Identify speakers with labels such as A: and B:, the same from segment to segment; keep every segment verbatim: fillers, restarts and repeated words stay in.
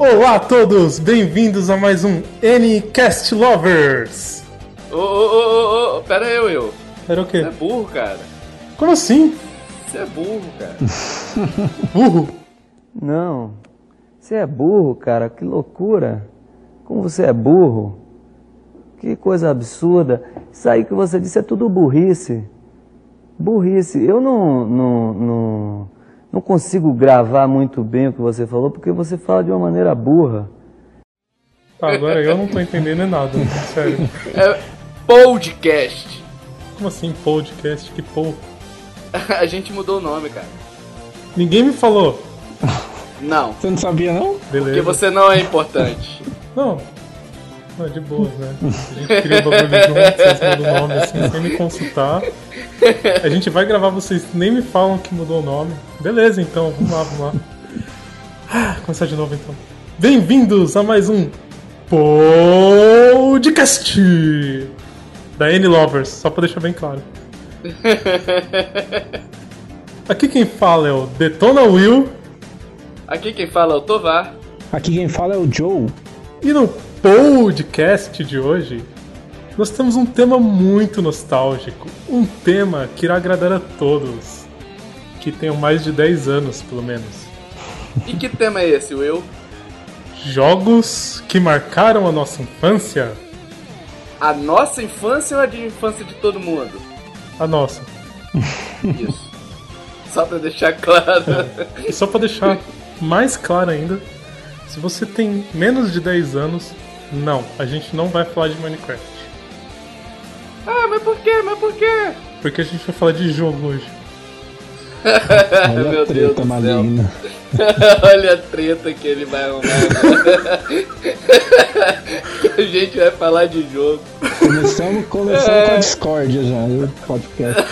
A: Olá a todos, bem-vindos a mais um N-Cast Lovers.
B: Ô, ô, ô, ô, pera aí, eu.
A: Era o quê?
B: Você é burro, cara.
A: Como assim?
B: Você é burro, cara.
A: Burro?
C: Não, você é burro, cara, que loucura. Como você é burro. Que coisa absurda. Isso aí que você disse é tudo burrice. Burrice. Eu não, não, não, não consigo gravar muito bem o que você falou, porque você fala de uma maneira burra.
A: Tá, agora eu não tô entendendo nada, sério.
B: É podcast.
A: Como assim podcast? Que porra?
B: A gente mudou o nome, cara.
A: Ninguém me falou.
B: Não.
D: Você não sabia, não?
A: Beleza.
B: Porque você não é importante.
A: Não. Não, de boa, né? A gente cria o bagulho junto, vocês mudam o nome assim, sem me consultar. A gente vai gravar, vocês nem me falam que mudou o nome. Beleza, então, vamos lá, vamos lá. Ah, começar de novo, então. Bem-vindos a mais um podcast da N-Lovers, só pra deixar bem claro. Aqui quem fala é o Detona Will.
B: Aqui quem fala é o Tovar.
D: Aqui quem fala é o Joe.
A: E no podcast de hoje, nós temos um tema muito nostálgico. Um tema que irá agradar a todos que tenham mais de dez anos, pelo menos.
B: E que tema é esse, Will?
A: Jogos que marcaram a nossa infância.
B: A nossa infância ou a de infância de todo mundo?
A: A nossa.
B: Isso. Só pra deixar claro.
A: É. E só pra deixar mais claro ainda, se você tem menos de dez anos, não, a gente não vai falar de Minecraft.
B: Ah, mas por quê? Mas por quê?
A: Porque a gente vai falar de jogo hoje.
D: Olha
B: Meu
D: a treta
B: Deus do
D: maligna.
B: Olha a treta que ele vai arrumar agora. A gente vai falar de jogo.
D: Começamos, começamos
B: É.
D: com a discórdia já, o podcast.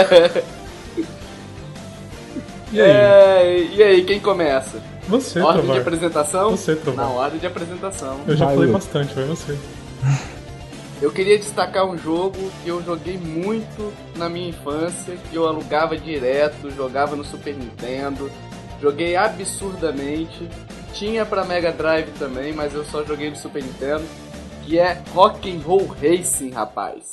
A: E aí?
B: É, e aí, quem começa?
A: Você,
B: Ordem de
A: Tovar.
B: apresentação?
A: Você, Tovar.
B: Não, ordem de apresentação.
A: Eu já
D: Vai,
A: falei
D: Will.
A: bastante, vai você.
B: Eu queria destacar um jogo que eu joguei muito na minha infância, que eu alugava direto, jogava no Super Nintendo, joguei absurdamente. Tinha pra Mega Drive também, mas eu só joguei no Super Nintendo, que é Rock'n'Roll Racing, rapaz.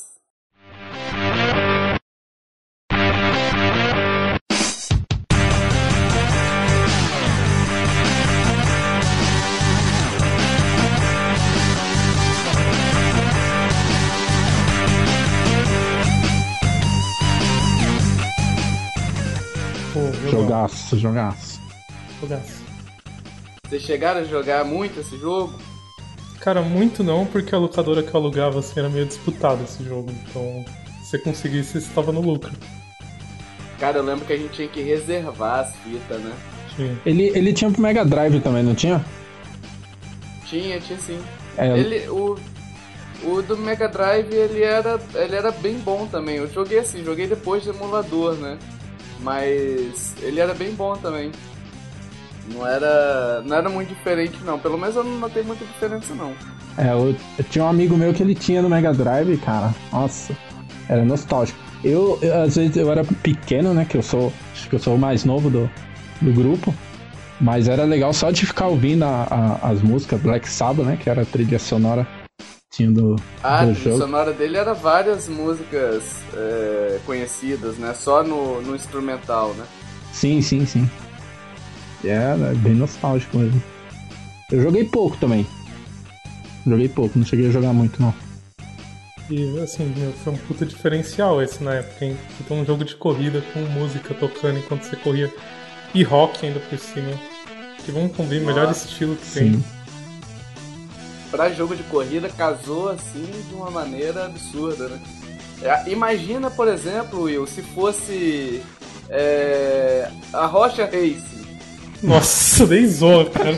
A: Pô, jogão.
D: Jogaço, jogaço.
A: Jogaço.
B: Vocês chegaram a jogar muito esse jogo?
A: Cara, muito não, porque a locadora que eu alugava assim, era meio disputada esse jogo. Então, se você conseguisse, você estava no lucro.
B: Cara, eu lembro que a gente tinha que reservar as fitas, né?
A: Tinha.
D: Ele, ele tinha pro Mega Drive também, não tinha?
B: Tinha, tinha sim.
D: É,
B: Ele, o, o do Mega Drive, ele era, ele era bem bom também. Eu joguei assim, joguei depois do emulador, né? Mas ele era bem bom também. Não era, não era muito diferente não. Pelo menos eu não notei muita diferença não.
D: é eu, eu tinha um amigo meu que ele tinha no Mega Drive, cara. Nossa, era nostálgico. Eu, eu, às vezes, eu era pequeno, né? Que eu sou, acho que eu sou o mais novo do, do grupo. Mas era legal só de ficar ouvindo a, a, as músicas Black Sabbath, né? Que era a trilha sonora tinha do,
B: A
D: do
B: trilha
D: jogo.
B: sonora dele era várias músicas é, conhecidas, né? Só no, no instrumental, né?
D: Sim, sim, sim. É, é bem nostálgico mesmo. Eu joguei pouco também. Joguei pouco, não cheguei a jogar muito, não.
A: E assim, meu, foi um puta diferencial esse na época, hein? Então, um jogo de corrida com música tocando enquanto você corria. E rock ainda por cima. Que vamos convir, melhor
B: Nossa,
A: estilo que
D: Sim.
A: tem.
B: Pra jogo de corrida, casou assim de uma maneira absurda, né? É, imagina, por exemplo, Will, se fosse é, a Rocha Racing.
A: Nossa, nem zoa, cara.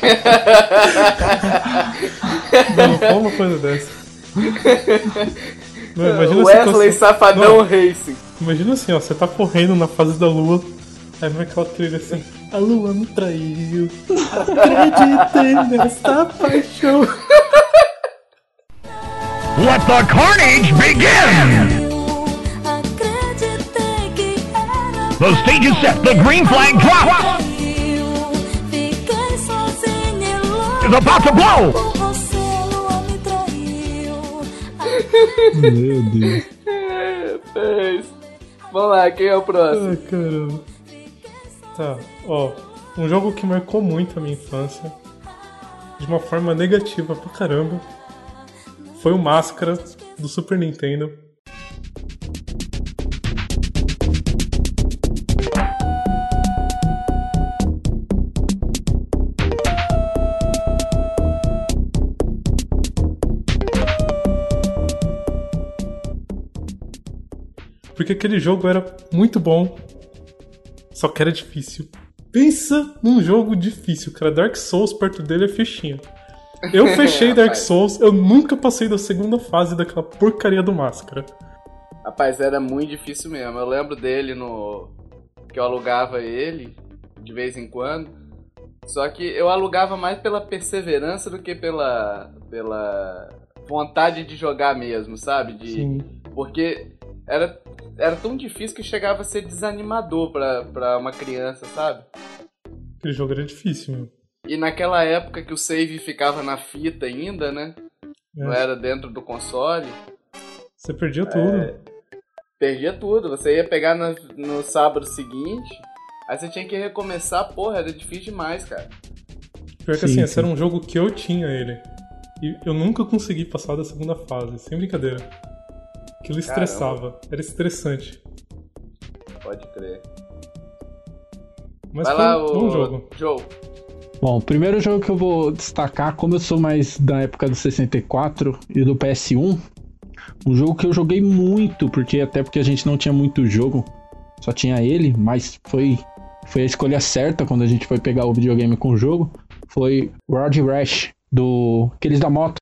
A: Não, não fala uma coisa dessa. Não, imagina a
B: Wesley
A: situação-
B: Safadão
A: Não,
B: Racing.
A: imagina assim, ó, você tá correndo na fase da lua, aí vem aquela trilha assim, a lua me traiu, acreditei nesta paixão.
E: Let the carnage begin! The stage is set. The green flag drops. is about to blow!
F: Você, a lua me traiu.
D: Meu Deus.
B: É isso. Vamos lá, quem é o próximo?
A: Ai, caramba. Tá, ó. Um jogo que marcou muito a minha infância, de uma forma negativa pra caramba, foi o Máscara do Super Nintendo. Porque aquele jogo era muito bom, só que era difícil. Pensa num jogo difícil, cara. Dark Souls perto dele é fichinha. Eu fechei Dark Souls, eu nunca passei da segunda fase daquela porcaria do Máscara.
B: Rapaz, era muito difícil mesmo. Eu lembro dele no... que eu alugava ele de vez em quando. Só que eu alugava mais pela perseverança do que pela, pela vontade de jogar mesmo, sabe? De...
A: Sim.
B: Porque era, era tão difícil que chegava a ser desanimador pra, pra uma criança, sabe?
A: Aquele jogo era difícil, meu.
B: E naquela época que o save ficava na fita ainda, né?
A: É.
B: Não era dentro do console.
A: Você perdia tudo.
B: Perdia tudo. Você ia pegar no, no sábado seguinte, aí você tinha que recomeçar. Porra, era difícil demais, cara.
A: Pior que
D: Sim,
A: assim,
D: sim.
A: esse era um jogo que eu tinha ele. E eu nunca consegui passar da segunda fase, sem brincadeira. Aquilo estressava, era estressante.
B: Pode crer.
A: Mas
B: Vai
A: foi
B: lá,
A: um bom
B: o
A: jogo.
B: Joe.
D: Bom, o primeiro jogo que eu vou destacar, como eu sou mais da época do sessenta e quatro e do P S um, um jogo que eu joguei muito, porque até porque a gente não tinha muito jogo, só tinha ele, mas foi, foi a escolha certa quando a gente foi pegar o videogame com o jogo, foi Road Rash, do aqueles da moto.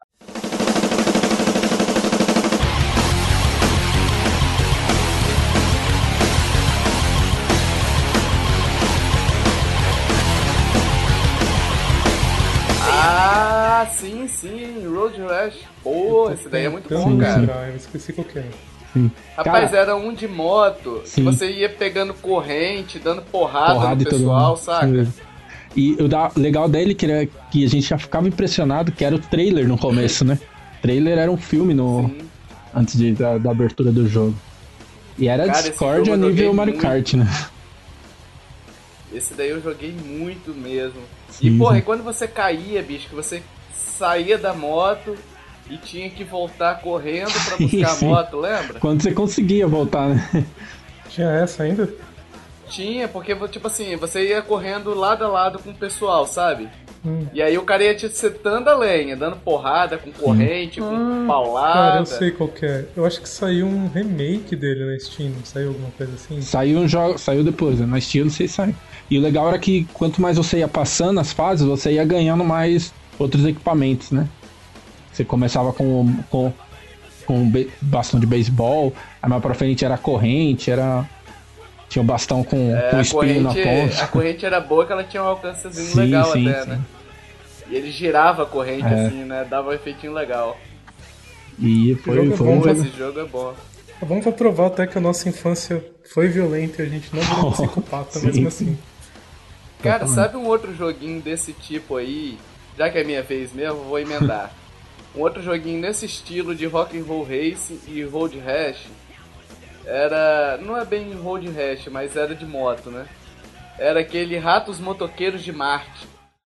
B: Ah, sim, sim, Road Rash. Porra, esse daí é muito bom,
A: Tentando
B: cara.
A: lembrar, eu esqueci qual que é.
D: Sim.
B: Rapaz,
D: Cara,
B: era um de moto, que
D: Sim.
B: você ia pegando corrente, dando porrada,
D: porrada
B: no
D: e todo
B: pessoal,
D: mundo.
B: saca?
D: Sim. E o da- legal dele que, era, que a gente já ficava impressionado que era o trailer no começo, né? O trailer era um filme no,
B: Sim.
D: antes de, da, da abertura do jogo. E era
B: Cara, esse
D: Discord
B: jogo
D: a
B: eu
D: nível
B: joguei
D: Mario
B: muito.
D: Kart, né?
B: Esse daí eu joguei muito mesmo.
D: Sim,
B: e porra,
D: sim.
B: e quando você caía, bicho, que você saía da moto e tinha que voltar correndo pra buscar
D: Sim.
B: a moto, lembra?
D: Quando você conseguia voltar, né?
A: Tinha essa ainda?
B: Tinha, porque, tipo assim, você ia correndo lado a lado com o pessoal, sabe?
A: Hum.
B: E aí o cara ia te setando a lenha, dando porrada, com corrente, com
A: Ah,
B: paulada.
A: Cara, eu sei qual que é. Eu acho que saiu um remake dele na Steam, não saiu alguma coisa assim?
D: Saiu um jogo, saiu depois, né? Na Steam eu não sei se sai. E o legal era que quanto mais você ia passando as fases, você ia ganhando mais outros equipamentos, né? Você começava com com, com be- bastão de beisebol, aí mais pra frente era corrente, era tinha um bastão com,
B: É,
D: com
B: a,
D: espinho na
B: corrente,
D: ponta.
B: a corrente era boa, que ela tinha um alcancezinho
D: Sim,
B: legal
D: sim,
B: até,
D: sim.
B: né? E ele girava a corrente
D: É.
B: assim, né? Dava um efeitinho legal.
D: E foi,
A: jogo é
D: foi
A: bom,
D: um
B: Pô,
D: jogo.
B: esse jogo é bom.
A: É bom pra provar até que a nossa infância foi violenta e a gente não virou psicopata
D: Sim.
A: mesmo assim.
B: Cara,
D: Totalmente.
B: sabe um outro joguinho desse tipo aí? Já que é minha vez mesmo, eu vou emendar. Um outro joguinho nesse estilo de Rock'n'Roll Racing e Road Rash. Era... não é bem Road Rash, mas era de moto, né? Era aquele Ratos Motoqueiros de Marte.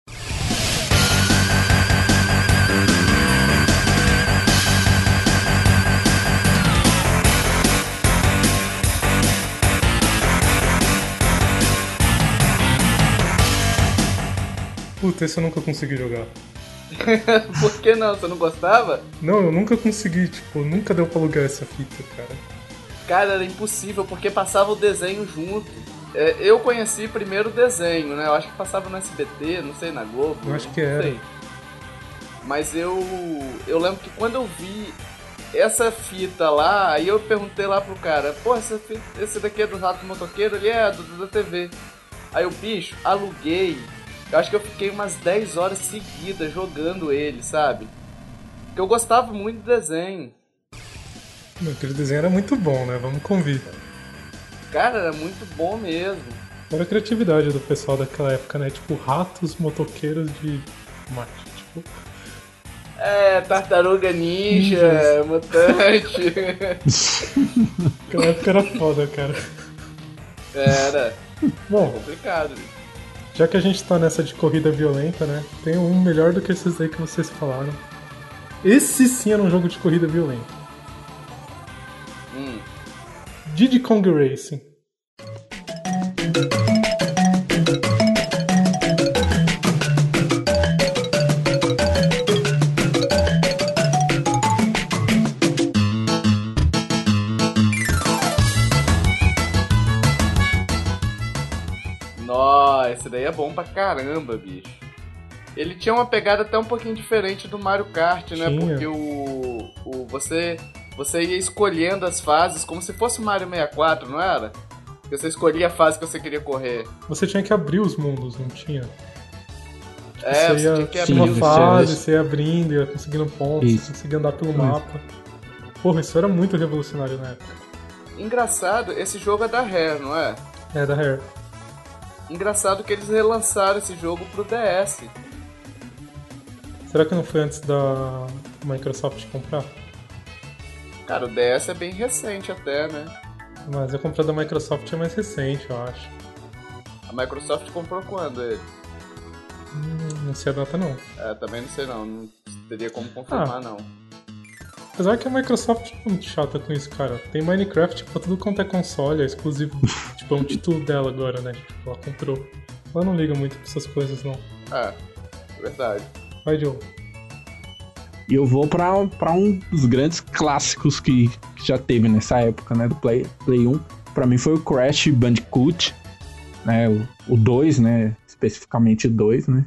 A: Puta, esse eu nunca consegui jogar.
B: Por que não? Você não gostava?
A: Não, eu nunca consegui, tipo, nunca deu pra alugar essa fita, cara.
B: Cara, era impossível, porque passava o desenho junto. É, eu conheci primeiro o desenho, né? Eu acho que passava no S B T, não sei, na Globo.
A: Eu acho que
B: não
A: era.
B: sei. Mas eu, eu lembro que quando eu vi essa fita lá, aí eu perguntei lá pro cara, pô, essa fita, esse daqui é do Rato Motoqueiro? Ele é, do, da T V. Aí o bicho, aluguei. Eu acho que eu fiquei umas dez horas seguidas jogando ele, sabe? Porque eu gostava muito do desenho.
A: Meu, aquele desenho era muito bom, né? Vamos convir.
B: Cara, era muito bom mesmo.
A: Era a criatividade do pessoal daquela época, né? Tipo, ratos motoqueiros de Marte. Tipo,
B: É, Tartaruga Ninja, Mutante.
A: Aquela época era foda, cara.
B: Era
A: Bom,
B: complicado.
A: já que a gente tá nessa de corrida violenta, né? Tem um melhor do que esses aí que vocês falaram. Esse sim era um jogo de corrida violenta.
B: Hum.
A: Diddy Kong Racing.
B: Nossa, esse daí é bom pra caramba, bicho. Ele tinha uma pegada até um pouquinho diferente do Mario Kart, né?
A: Tinha.
B: Porque o, o você, você ia escolhendo as fases como se fosse Mario sessenta e quatro, não era? Porque você escolhia a fase que você queria correr.
A: Você tinha que abrir os mundos, não tinha?
B: É,
A: você
B: você
A: ia
B: tinha que
A: tinha
B: abrir
A: uma
B: os
A: fase,
D: mundos.
A: você ia abrindo, ia conseguindo pontos,
D: Isso.
A: você conseguia andar pelo
D: Isso.
A: mapa. Porra, isso era muito revolucionário na época.
B: Engraçado, esse jogo é da Rare, não é?
A: É, da Rare.
B: Engraçado que eles relançaram esse jogo pro D S.
A: Será que não foi antes da Microsoft comprar?
B: Cara, o D S é bem recente até, né?
A: Mas a compra da Microsoft é mais recente, eu acho.
B: A Microsoft comprou quando ele?
A: Hum, não sei a data não.
B: É, também não sei não, não teria como confirmar
A: Ah.
B: não.
A: Apesar que a Microsoft é muito chata com isso, cara. Tem Minecraft pra tudo quanto é console, é exclusivo. Tipo, é um título dela agora, né? Tipo, ela comprou. Ela não liga muito pra essas coisas, não.
B: É, verdade.
A: Vai, Joe.
D: E eu vou pra, pra um dos grandes clássicos que, que já teve nessa época, né? Do Play, Play um. Pra mim foi o Crash Bandicoot, né? O dois, né? Especificamente o dois, né?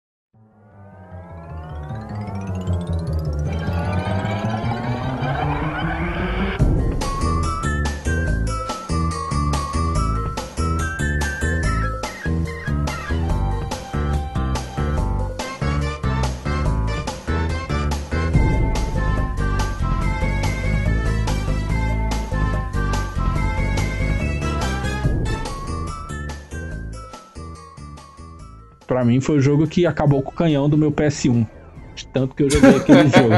D: Pra mim foi o jogo que acabou com o canhão do meu P S um. De tanto que eu joguei aquele jogo.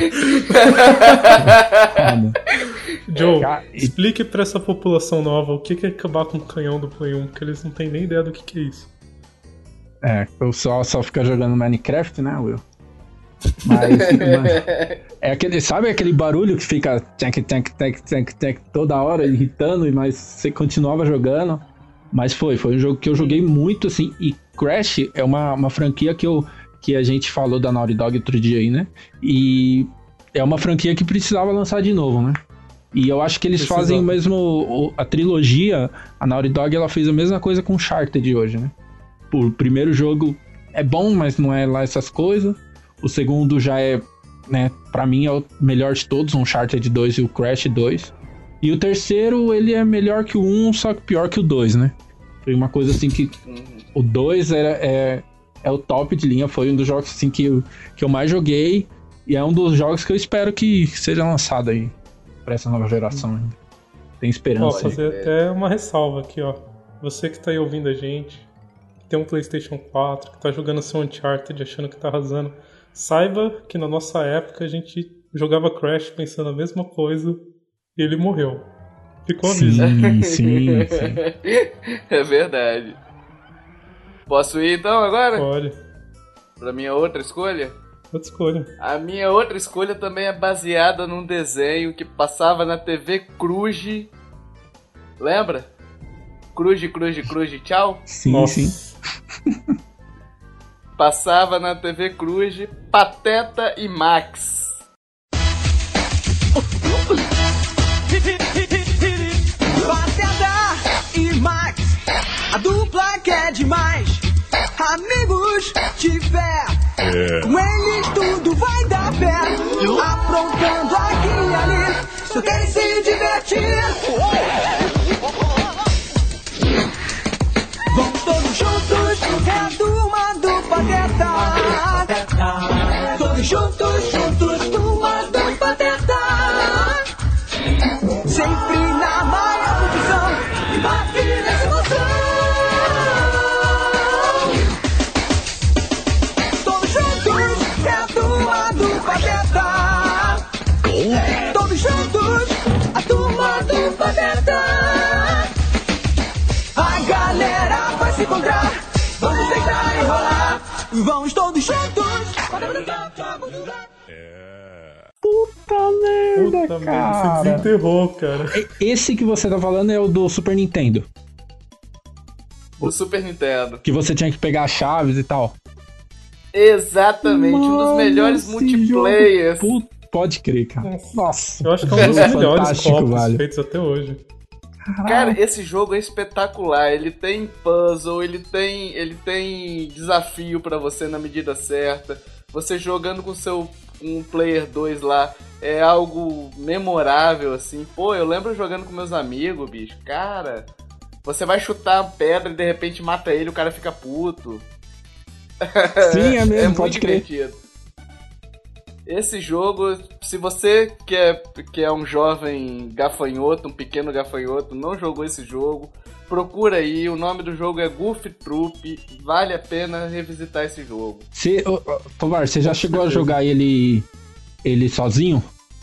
D: Foda.
A: Joe,
D: Cara, e-
A: explique pra essa população nova o que que é acabar com o canhão do Play um, porque eles não têm nem ideia do que que é isso.
D: É, eu só, só fica jogando Minecraft, né, Will? Mas, mas é aquele, sabe aquele barulho que fica tank, tank, tank, tank, tank toda hora irritando, mas você continuava jogando. Mas foi, foi um jogo que eu joguei muito, assim, e Crash é uma, uma franquia que, eu, que a gente falou da Naughty Dog outro dia aí, né? E é uma franquia que precisava lançar de novo, né? E eu acho que eles
A: Precisava.
D: fazem o mesmo, o- a trilogia, a Naughty Dog, ela fez a mesma coisa com Uncharted hoje, né? O primeiro jogo é bom, mas não é lá essas coisas. O segundo já é, né, pra mim é o melhor de todos, o Uncharted dois e o Crash dois. E o terceiro, ele é melhor que o um, só que pior que o dois, né? Foi uma coisa assim que o dois era, é, é o top de linha, foi um dos jogos assim que eu, que eu mais joguei. E é um dos jogos que eu espero que seja lançado aí pra essa nova geração ainda. Tem esperança
A: Posso
D: aí.
A: fazer até uma ressalva aqui, ó. Você que tá aí ouvindo a gente, que tem um PlayStation quatro, que tá jogando seu Uncharted, achando que tá arrasando, saiba que na nossa época a gente jogava Crash pensando a mesma coisa e ele morreu. Ficou aviso.
D: Sim, sim, sim.
B: É verdade. Posso ir então agora?
A: Pode.
B: Pra minha outra escolha?
A: Outra escolha.
B: A minha outra escolha também é baseada num desenho que passava na T V Cruz. Lembra? Cruz, Cruz, Cruz, tchau.
D: Sim,
A: Nossa.
D: sim.
B: Passava na T V Cruz Pateta e Max.
G: Pateta e Max, a dupla que é demais. Amigos tiver, com eles tudo vai dar pé. Aprontando aqui e ali, só querem se divertir. Vão todos juntos, é a turma do Pateta. Todos juntos, juntos, turma do Pateta. Sempre na maior confusão e bate nessa emoção. Todos juntos, todos juntos.
D: Puta merda,
A: Puta merda,
D: cara.
A: você desenterrou, cara.
D: Esse que você tá falando é o do Super Nintendo.
B: Do Super Nintendo.
D: Que você tinha que pegar as chaves e tal.
B: Exatamente, um dos
D: Mano,
B: melhores
D: esse
B: multiplayers.
D: jogo, put- Pode crer, cara. Nossa.
A: Eu acho que é um dos
D: Jogo
A: melhores
D: fantástico,
A: copos
D: velho.
A: feitos até hoje.
B: Cara, esse jogo é espetacular. Ele tem puzzle, ele tem, ele tem desafio pra você na medida certa. Você jogando com seu um player dois lá é algo memorável, assim. Pô, eu lembro jogando com meus amigos, bicho. Cara, você vai chutar a pedra e de repente mata ele, o cara fica puto.
D: Sim, é mesmo,
B: é muito
D: pode crer.
B: divertido. Esse jogo, se você que é, que é um jovem gafanhoto, um pequeno gafanhoto, não jogou esse jogo, procura aí, o nome do jogo é Goof Troop, vale a pena revisitar esse jogo.
D: Você, ô, ô, Tovar, você já chegou a jogar ele ele sozinho?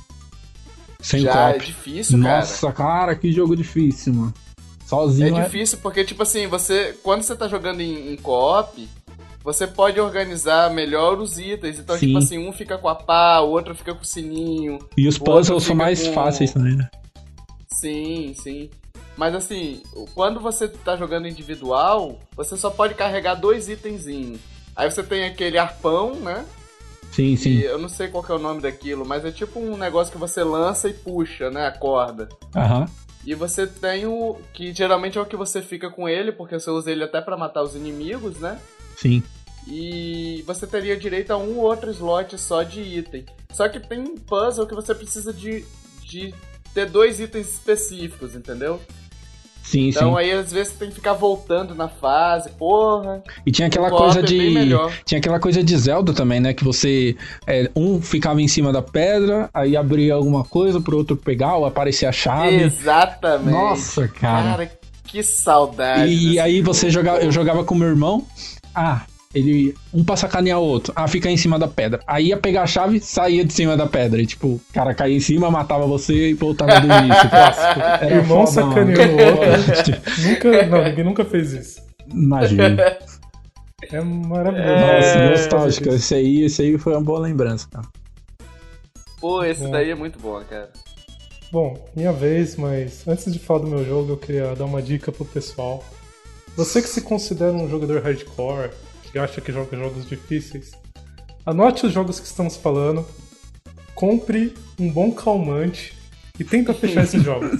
D: Sem
B: Já
D: co-op?
B: é difícil, cara.
D: Nossa, cara, que jogo difícil, mano. Sozinho
B: É
D: é...
B: difícil porque, tipo assim, você quando você tá jogando em, em co-op, você pode organizar melhor os itens. Então,
D: Sim.
B: tipo assim, um fica com a pá, o outro fica com o sininho.
D: E os
B: o outro
D: puzzles são
B: fica
D: mais
B: com-
D: fáceis também, né?
B: Sim, sim. Mas assim, quando você tá jogando individual, você só pode carregar dois itenzinhos. Aí você tem aquele arpão, né?
D: Sim, sim.
B: E eu não sei qual que é o nome daquilo, mas é tipo um negócio que você lança e puxa, né? A corda.
D: Aham.
B: E você tem o... que geralmente é o que você fica com ele, porque você usa ele até pra matar os inimigos, né?
D: Sim.
B: E você teria direito a um ou outro slot só de item. Só que tem puzzle que você precisa de, de ter dois itens específicos, entendeu?
D: Sim,
B: Então
D: sim.
B: aí às vezes você tem que ficar voltando na fase, porra.
D: E tinha aquela
B: o co-op
D: coisa
B: é bem
D: de.
B: melhor.
D: Tinha aquela coisa de Zelda também, né? Que você. é, um ficava em cima da pedra, aí abria alguma coisa pro outro pegar, ou aparecia a chave.
B: Exatamente.
D: Nossa, cara.
B: Cara, que saudade.
D: E,
B: desse
D: aí
B: jogo.
D: você jogava. Eu jogava com meu irmão. Ah, ele. Um pra sacanear o outro. Ah, fica em cima da pedra. Aí ia pegar a chave, saía de cima da pedra. E tipo, o cara caía em cima, matava você e voltava do início. Clássico. Era
A: Irmão
D: foda, mano.
A: sacaneando o outro. Nunca, não, ninguém nunca fez isso.
D: Imagina.
A: É maravilhoso.
D: Nossa,
A: É,
D: nostálgico.
A: fazer isso.
D: Esse aí, esse aí foi uma boa lembrança, cara.
B: Pô, esse
A: Bom.
B: daí é muito bom, cara.
A: Bom, minha vez, mas antes de falar do meu jogo, eu queria dar uma dica pro pessoal. Você que se considera um jogador hardcore, que acha que joga jogos difíceis, anote os jogos que estamos falando, compre um bom calmante e tenta fechar esses jogos.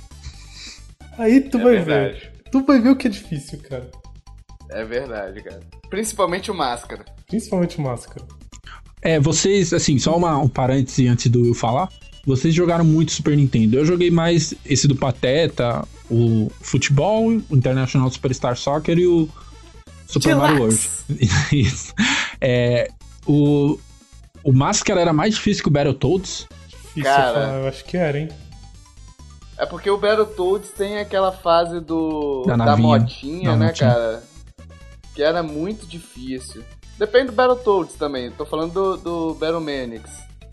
A: Aí tu
B: É
A: vai
B: verdade.
A: ver. Tu vai ver o que é difícil, cara.
B: É verdade, cara. Principalmente o Máscara.
A: Principalmente o Máscara.
D: É, vocês, assim, só uma, um parêntese antes do eu falar. Vocês jogaram muito Super Nintendo. Eu joguei mais esse do Pateta, o Futebol, o International Superstar Soccer e o Super Mario World. Isso. É, o, o Máscara era mais difícil que o Battletoads.
A: Difícil
B: Cara.
A: falar, eu acho que era, hein?
B: É porque o Battletoads tem aquela fase do
D: Da
B: da,
D: navinha.
B: motinha,
D: Da
B: né,
D: motinha.
B: cara? Que era muito difícil. Depende do Battletoads também. Tô falando do, do Battle Manix.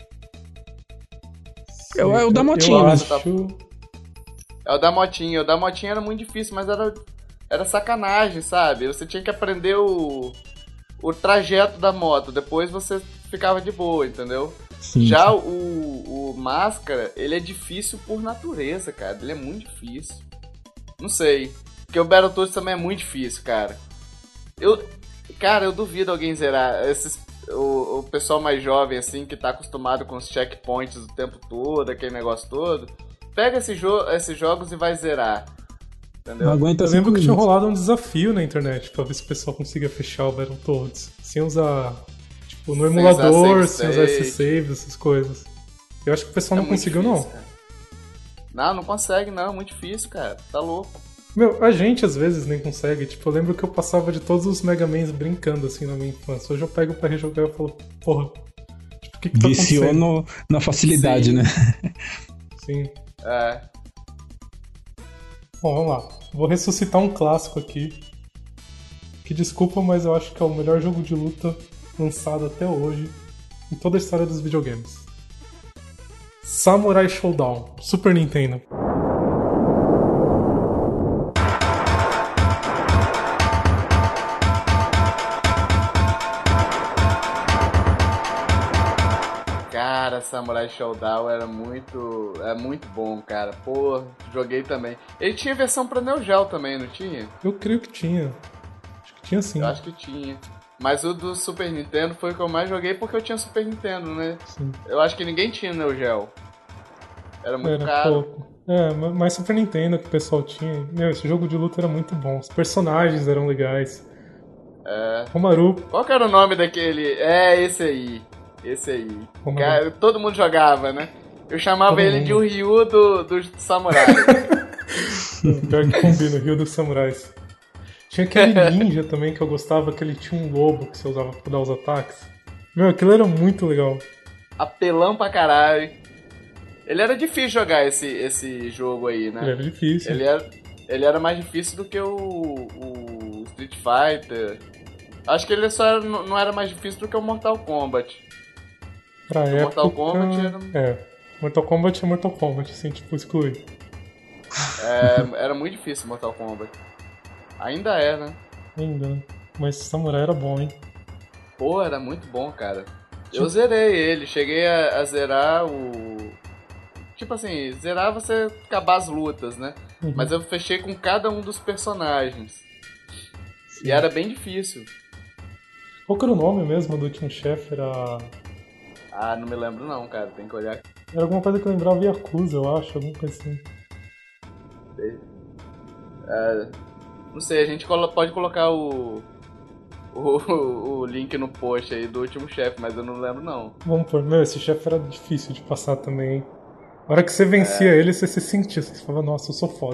D: É o- é o da
A: Eu-
D: motinha
A: Eu
B: mesmo.
A: acho...
B: É o da motinha. O da motinha era muito difícil, mas era, era sacanagem, sabe? Você tinha que aprender o, o trajeto da moto. Depois você ficava de boa, entendeu?
D: Sim,
B: Já
D: sim.
B: o, o Máscara, ele é difícil por natureza, cara. Ele é muito difícil. Não sei. Porque o Battletoads também é muito difícil, cara. Eu, cara, eu duvido alguém zerar. Esses, o, o pessoal mais jovem, assim, que tá acostumado com os checkpoints o tempo todo, aquele negócio todo. Pega esse jo esses jogos e vai zerar. Entendeu?
D: Não aguenta
A: Eu
D: cinco
A: lembro que tinha
D: minutos.
A: rolado um desafio na internet pra ver se o pessoal conseguia fechar o Battletoads. Sem usar... Tipo, no
B: Sem
A: emulador,
B: usar
A: sem
B: save
A: usar
B: state.
A: esses saves, essas coisas. Eu acho que o pessoal
B: É
A: não
B: muito
A: conseguiu,
B: difícil,
A: não.
B: cara. Não, não consegue, não. É muito difícil, cara. Tá louco.
A: Meu, a gente às vezes nem consegue. Tipo, eu lembro que eu passava de todos os Mega Mans brincando assim na minha infância. Hoje eu pego pra rejogar e eu falo, porra, tipo, o que que tá
D: Viciou
A: acontecendo?
D: no, na facilidade,
B: Sim.
D: né?
A: Sim.
B: É.
A: Bom, vamos lá. Vou ressuscitar um clássico aqui. Que desculpa, mas eu acho que é o melhor jogo de luta lançado até hoje em toda a história dos videogames. Samurai Showdown, Super Nintendo.
B: Cara, Samurai Showdown era muito. É muito bom, cara. Pô, joguei também. Ele tinha versão pra Neo Geo também, não tinha?
A: Eu creio que tinha. Acho que tinha sim.
B: Eu acho que tinha. Mas o do Super Nintendo foi o que eu mais joguei porque eu tinha Super Nintendo, né?
A: Sim.
B: Eu acho que ninguém tinha Neo Geo. Era muito
A: Era
B: caro.
A: pouco. É, mas Super Nintendo que o pessoal tinha. Meu, esse jogo de luta era muito bom. Os personagens eram legais.
B: É.
A: Romaru.
B: Qual que era o nome daquele? É, esse aí. Esse aí.
A: Romaru.
B: Cara, todo mundo jogava, né? Eu chamava
A: Todo
B: ele
A: mundo.
B: de o Ryu do, do Samurai.
A: Pior que combina, Rio dos Samurais. Tinha aquele ninja também que eu gostava, que ele tinha um lobo que você usava pra dar os ataques. Meu, aquilo era muito legal.
B: Apelão pra caralho. Ele era difícil jogar esse, esse jogo aí, né?
A: Ele era difícil.
B: Ele era, ele era mais difícil do que o, o Street Fighter. Acho que ele só era, não era mais difícil do que o Mortal Kombat.
A: Pra
B: O
A: época...
B: Mortal Kombat era...
A: É, Mortal Kombat é Mortal Kombat, assim, tipo, exclui.
B: É, era muito difícil o Mortal Kombat. Ainda é, né?
A: Ainda, né? Mas Samurai era bom, hein?
B: Pô, era muito bom, cara. Eu zerei ele, cheguei a, a zerar o... Tipo assim, zerar você acabar as lutas, né?
A: Uhum.
B: Mas eu fechei com cada um dos personagens.
A: Sim.
B: E era bem difícil.
A: Qual que era o nome mesmo do último chefe? Era...
B: Ah, não me lembro não, cara. Tem que olhar.
A: Era alguma coisa que eu lembrava Yakuza, eu acho, alguma coisa assim.
B: É, não sei, a gente colo- pode colocar o, o, o link no post aí do último chefe, mas eu não lembro não.
A: Vamos pôr, meu, esse chefe era difícil de passar também, hein? A hora que você vencia
B: É.
A: ele, você se sentia, você falava, nossa, eu sou foda.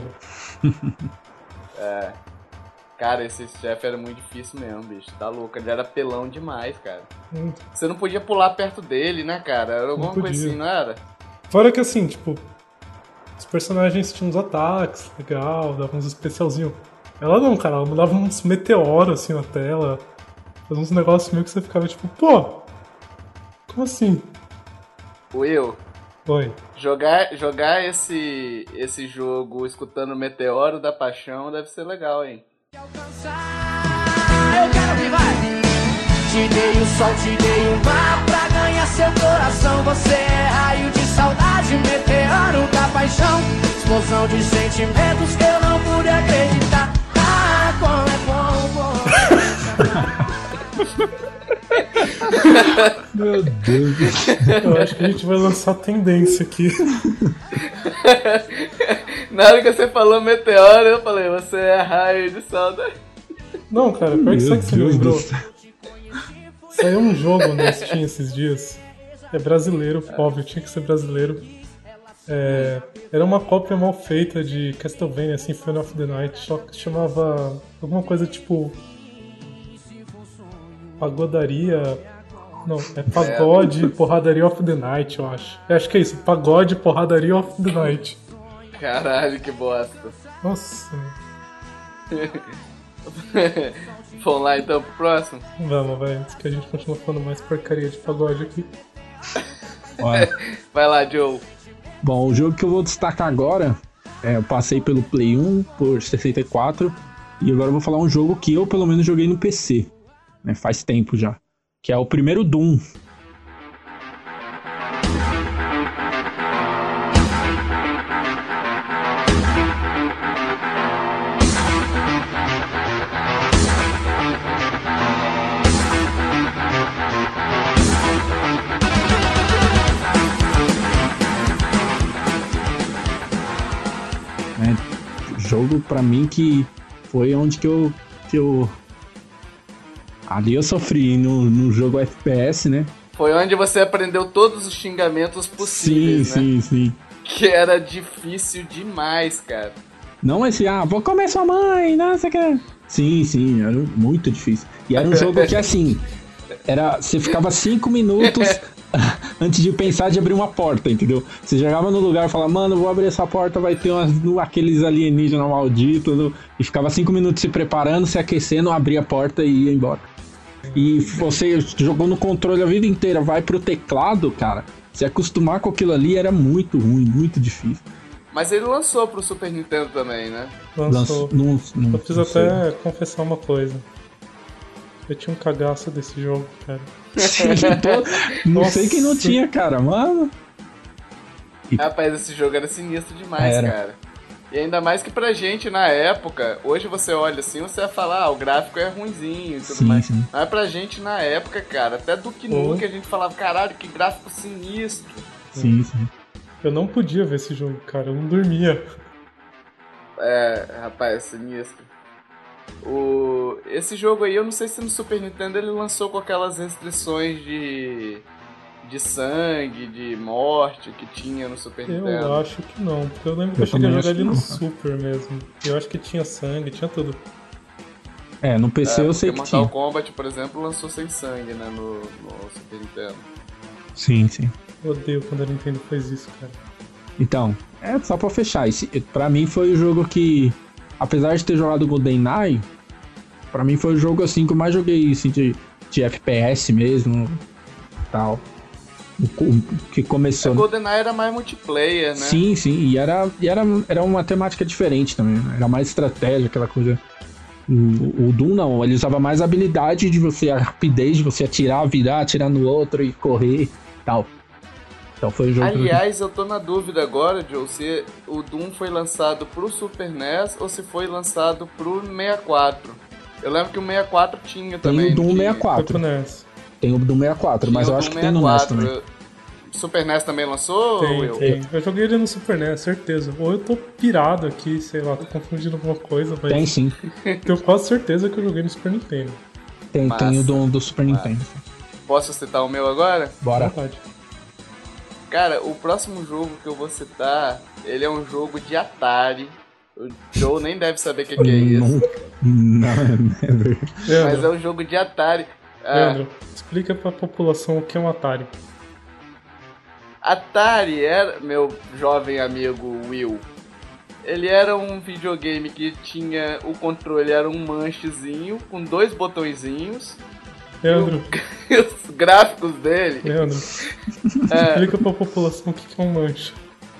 B: É. Cara, esse chefe era muito difícil mesmo, bicho. Tá louco. Ele era pelão demais, cara.
A: Hum.
B: Você não podia pular perto dele, né, cara? Era alguma
A: Não
B: coisa
A: podia.
B: assim, não era?
A: Fora que assim, tipo, os personagens tinham uns ataques, legal, davam uns especialzinhos. Ela não, cara, ela mandava uns meteoros assim na tela, fazia uns negócios meio que você ficava tipo, pô, como assim?
B: O eu.
A: Oi.
B: Jogar, jogar esse, esse jogo escutando o Meteoro da Paixão deve ser legal, hein?
G: Eu quero que vai. Te dei o sol, te dei o mar pra ganhar seu coração. Você é raio de saudade, meteoro da paixão. Explosão de sentimentos que eu não pude acreditar. Ah, como é bom, bom.
D: Meu Deus.
A: Eu acho que a gente vai lançar tendência aqui.
B: Na hora que você falou Meteoro, eu falei, você é raio de saudade.
A: Não, cara, pior que sabe que você me
D: Deus
A: lembrou?
D: do céu.
A: Saiu um jogo na Steam esses dias. É brasileiro, óbvio, tinha que ser brasileiro. É, era uma cópia mal feita de Castlevania Symphony of the Night, só que chamava alguma coisa tipo Pagodaria. Não, é Pagode Porradaria of the Night, eu acho. Eu acho que é isso, Pagode Porradaria of the Night.
B: Caralho, que bosta.
A: Nossa,
B: Vamos lá então pro próximo?
A: vamos, vai, antes que a gente continue falando mais porcaria de pagode aqui.
D: Olha,
B: Vai lá, Joe.
D: bom, o jogo que eu vou destacar agora, é, eu passei pelo Play um, por sessenta e quatro, e agora eu vou falar um jogo que eu pelo menos joguei no P C, né, faz tempo já, que é o primeiro Doom. Né, jogo pra mim que foi onde que eu, que eu ali eu sofri no, no jogo F P S, né?
B: Foi onde você aprendeu todos os xingamentos
D: Sim,
B: possíveis, né?
D: sim, sim.
B: Que era difícil demais, cara.
D: Não esse, ah, vou comer sua mãe, não sei o que. Sim, sim, era muito difícil. E era um jogo que assim, era, você ficava cinco minutos antes de pensar de abrir uma porta, entendeu? Você chegava no lugar e falava, mano, vou abrir essa porta, vai ter umas, aqueles alienígenas malditos, e ficava cinco minutos se preparando, se aquecendo, abria a porta e ia embora. E você jogou no controle a vida inteira, vai pro teclado, cara, se acostumar com aquilo ali era muito ruim, muito difícil.
B: Mas ele lançou pro Super Nintendo também, né?
A: Lançou.
D: Lançou- não- não-
A: Eu preciso
D: não sei.
A: até confessar uma coisa. Eu tinha um cagaço desse jogo, cara.
D: Não
A: Nossa.
D: sei quem não tinha, cara, mano.
B: Rapaz, esse jogo era sinistro demais,
D: Era.
B: cara. E ainda mais que pra gente na época, hoje você olha assim, você vai falar, ah, o gráfico é ruinzinho e tudo
D: Sim,
B: mais.
D: sim.
B: Mas pra gente na época, cara, até do que
A: Oh.
B: nunca a gente falava, caralho, que gráfico sinistro.
D: Sim, sim.
A: Eu não podia ver esse jogo, cara. Eu não dormia.
B: É, rapaz, sinistro. O... Esse jogo aí, eu não sei se no Super Nintendo ele lançou com aquelas restrições de... de sangue, de morte que tinha no Super
A: Eu
B: Nintendo.
A: acho que não, porque eu lembro que
D: Eu
A: eu cheguei a
D: também
A: jogar
D: acho
A: ele no
D: que não, cara.
A: Super mesmo. Eu acho que tinha sangue, tinha tudo.
D: É, no P C
B: É,
D: eu sei
B: porque
D: que
B: Mortal
D: tinha.
B: Kombat, por exemplo, lançou sem sangue, né, no, no Super Nintendo.
D: Sim, sim.
A: Eu odeio quando a Nintendo faz isso, cara.
D: Então, é só pra fechar. Esse, pra mim foi o jogo que, apesar de ter jogado GoldenEye, pra mim foi o jogo assim que eu mais joguei assim, de, de F P S mesmo, tal. O co- Que começou.
B: A GoldenEye era mais multiplayer, né?
D: Sim, sim, e era, e era, era uma temática diferente também, né? Era mais estratégia, aquela coisa. O, o Doom não, ele usava mais a habilidade de você, a rapidez de você atirar, virar, atirar no outro e correr e tal. Então foi o jogo. que eu-
B: Aliás, eu tô na dúvida agora, Joe, se o Doom foi lançado pro Super N E S ou se foi lançado pro sessenta e quatro. Eu lembro que o sessenta e quatro tinha
D: Tem
B: também.
D: o Doom
B: não tinha?
D: sessenta e quatro.
A: Foi pro N E S.
D: Tem o do sessenta e quatro, mas
B: Tinha
D: eu
B: o
D: acho
B: Doom
D: que tem no N E S
B: sessenta e
D: também.
B: quatro. Super N E S também lançou?
A: Tem,
B: Will?
A: tem. Eu joguei ele no Super N E S, certeza. Ou eu tô pirado aqui, sei lá, tô confundindo alguma coisa, mas.
D: Tem sim.
A: Que eu faço certeza que eu joguei no Super Nintendo.
D: Tem,
B: Massa.
D: tem o do, do Super Nintendo.
B: Posso citar o meu agora?
D: Bora.
A: Vontade.
B: Cara, o próximo jogo que eu vou citar, ele é um jogo de Atari. O Joe nem deve saber o que, que é isso.
D: Não, never.
B: Mas é
A: Leandro,
B: um jogo de Atari. Ah,
A: Leandro, explica pra população o que é um Atari.
B: Atari era, meu jovem amigo Will, ele era um videogame que tinha, o controle era um manchezinho com dois botõezinhos.
A: Leandro,
B: E os gráficos dele.
A: Leandro,
B: É,
A: explica pra população o que que é um manche.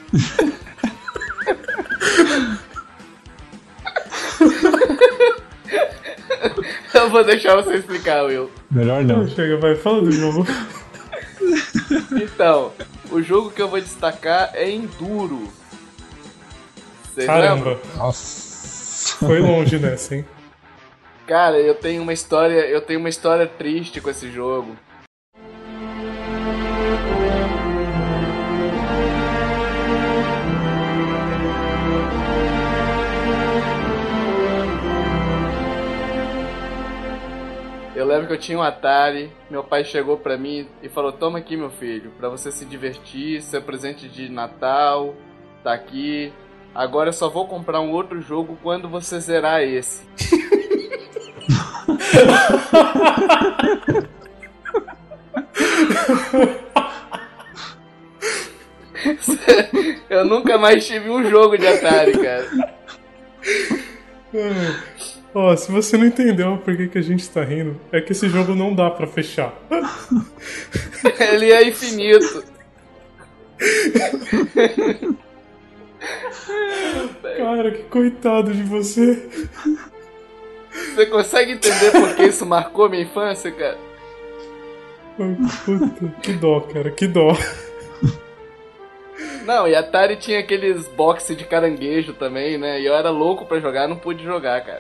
B: eu vou deixar você explicar, Will.
D: Melhor não.
A: Chega, vai, fala do jogo.
B: Então, o jogo que eu vou destacar é Enduro. Vocês lembram?
A: Caramba,
D: Nossa.
A: foi longe nessa, hein?
B: Cara, eu tenho uma história, eu tenho uma história triste com esse jogo. Eu lembro que eu tinha um Atari, meu pai chegou pra mim e falou: toma aqui, meu filho, pra você se divertir, seu presente de Natal, tá aqui. Agora eu só vou comprar um outro jogo quando você zerar esse. Eu nunca mais tive um jogo de Atari, cara.
A: Ó, se você não entendeu por que, que a gente tá rindo, é que esse jogo não dá pra fechar.
B: Ele é infinito.
A: Cara, que coitado de você.
B: Você consegue entender por que isso marcou minha infância, cara?
A: Puta, que dó, cara, que dó.
B: Não, e Atari tinha aqueles boxe de caranguejo também, né? E eu era louco pra jogar, não pude jogar, cara.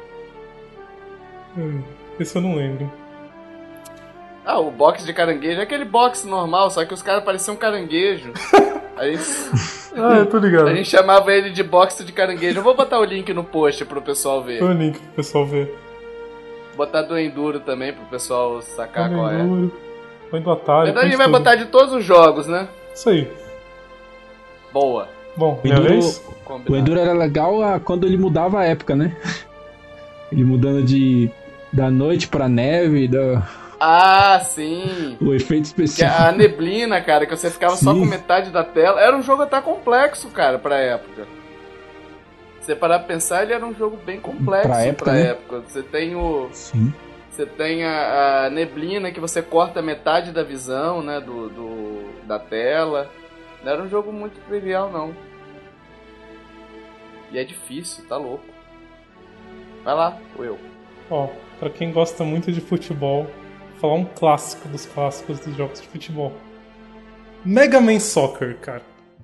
A: Hum, Esse eu não lembro.
B: Ah, o boxe de caranguejo é aquele boxe normal, só que os caras pareciam um caranguejo. A gente,
A: Ah, eu tô ligado.
B: a gente chamava ele de boxe de caranguejo. Eu vou botar o link no post pro pessoal ver.
A: Põe o link pro pessoal ver.
B: Botar do Enduro também pro pessoal sacar
A: Põe
B: qual é.
A: do Enduro, põe do
B: Na
A: Atari.
B: verdade, a
A: põe
B: gente vai
A: tudo.
B: botar de todos os jogos, né?
A: Isso aí.
B: Boa.
A: Bom,
D: O
A: minha
D: Enduro,
A: vez?
B: Combinado.
D: o Enduro era legal ah, quando ele mudava a época, né? Ele mudando de da noite pra neve, da,
B: Ah, sim.
D: o efeito
B: Que
D: especial.
B: a neblina, cara, que você ficava só
D: Sim.
B: com metade da tela. Era um jogo até complexo, cara, pra época. Se você parar pra pensar, ele era um jogo bem complexo
D: Pra
B: pra
D: época,
B: época.
D: né?
B: Você tem o.
D: Sim.
B: Você tem a, a neblina que você corta metade da visão, né? Do, do- da tela. Não era um jogo muito trivial, não. E é difícil, tá louco. Vai lá, Will.
A: Ó, pra quem gosta muito de futebol, falar um clássico dos clássicos dos jogos de futebol. Mega Man Soccer, cara.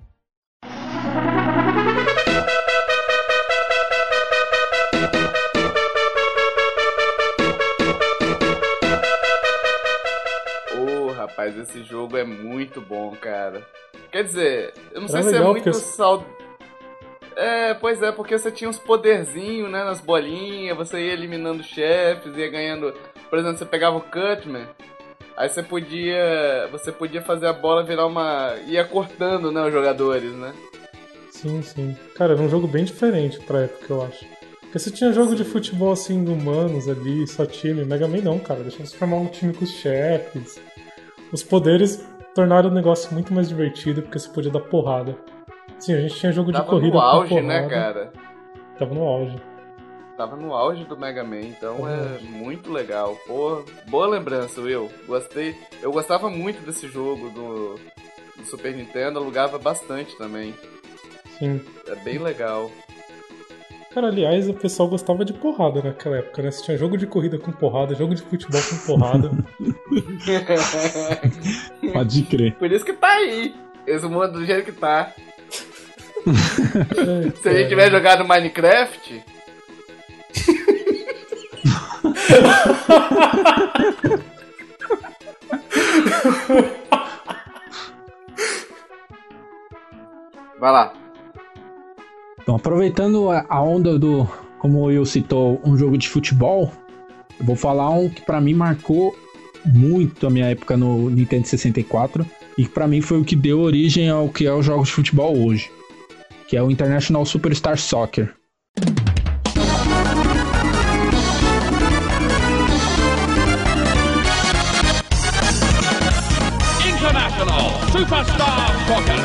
B: Ô, rapaz, esse jogo é muito bom, cara. Quer dizer, eu não sei
A: Era
B: se é
A: legal,
B: muito
A: porque-
B: sal... É, pois é, porque você tinha uns poderzinhos, né, nas bolinhas, você ia eliminando chefes, ia ganhando... Por exemplo, você pegava o Cutman, aí você podia... Você podia fazer a bola virar uma... Ia cortando, né, os jogadores, né?
A: Sim, sim. Cara, era um jogo bem diferente pra época, eu acho. Porque você tinha jogo de futebol assim, humanos ali, só time. Mega Man não, cara. Deixa você formar um time com os chefes. Os poderes tornaram o negócio muito mais divertido, porque você podia dar porrada. Sim, a gente tinha jogo de
B: Tava
A: corrida
B: no
A: com
B: auge,
A: porrada.
B: né, cara?
A: Tava no auge.
B: Tava no auge do Mega Man, então
A: Tava no
B: é
A: auge.
B: muito legal. Pô, boa lembrança, Will. Gostei. Eu gostava muito desse jogo do, do Super Nintendo, alugava bastante também.
A: Sim.
B: É bem legal.
A: Cara, aliás, o pessoal gostava de porrada naquela época, né? Você tinha jogo de corrida com porrada, jogo de futebol com porrada.
D: Pode crer.
B: Por isso que tá aí. Esse mundo do jeito que tá.
A: É,
B: Se a gente tiver jogado Minecraft, vai lá.
D: Então, aproveitando a a onda do, como o Will citou, um jogo de futebol, eu vou falar um que pra mim marcou muito a minha época no Nintendo sessenta e quatro e que pra mim foi o que deu origem ao que é os jogos de futebol hoje, que é o International Superstar Soccer.
E: International Superstar Soccer.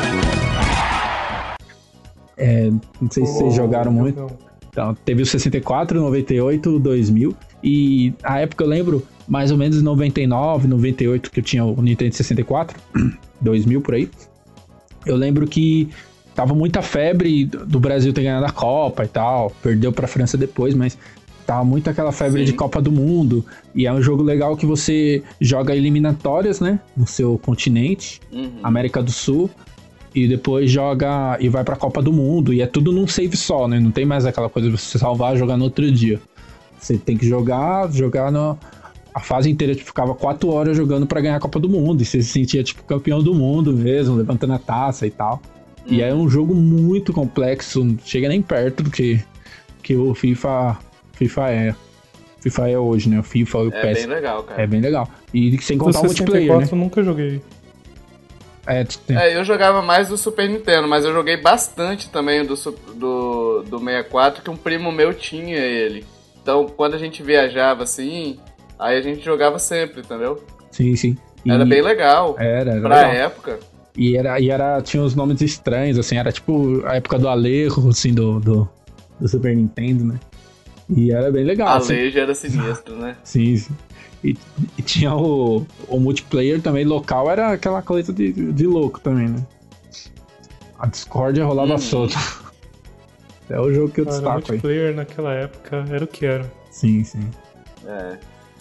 D: É, não sei se vocês jogaram muito.
A: Não.
D: Então, teve o sessenta e quatro, noventa e oito, dois mil. E a época eu lembro, mais ou menos em noventa e nove, noventa e oito, que eu tinha o Nintendo sessenta e quatro, dois mil por aí. Eu lembro que tava muita febre do Brasil ter ganhado a Copa e tal. Perdeu pra França depois, mas tava muito aquela febre
B: Sim.
D: de Copa do Mundo. E é um jogo legal que você joga eliminatórias, né? No seu continente,
B: Uhum.
D: América do Sul. E depois joga e vai pra Copa do Mundo. E é tudo num save só, né? Não tem mais aquela coisa de você salvar e jogar no outro dia. Você tem que jogar, jogar no... A fase inteira tipo, ficava quatro horas jogando pra ganhar a Copa do Mundo. E você se sentia tipo campeão do mundo mesmo, levantando a taça e tal.
B: Uhum.
D: E é um jogo muito complexo, não chega nem perto do que, que o FIFA, FIFA é. FIFA é hoje, né? O FIFA e o
B: É
D: P E S.
B: bem legal, cara.
D: É bem legal. E sem
A: Do
D: contar o
A: sessenta e
D: multiplayer,
A: quatro
D: né?
A: eu nunca joguei.
D: É, tem-
B: É, eu jogava mais do Super Nintendo, mas eu joguei bastante também do, su- do, do sessenta e quatro, que um primo meu tinha ele. Então, quando a gente viajava assim, aí a gente jogava sempre, entendeu?
D: sim, sim. E
B: Era bem legal.
D: Era, era
B: Pra
D: legal.
B: época.
D: E era, e era, tinha uns nomes estranhos, assim, era tipo a época do Alejo, assim, do, do, do Super Nintendo, né? E era bem legal,
B: A
D: assim.
B: lei já era sinistro, né?
D: Sim, sim. E, e tinha o, o multiplayer também local, era aquela coisa de, de louco também, né? A Discord rolava
B: Uhum.
D: solta. É o jogo que eu
A: Cara,
D: destaco aí.
A: multiplayer naquela época era o que era.
D: Sim, sim.
B: É.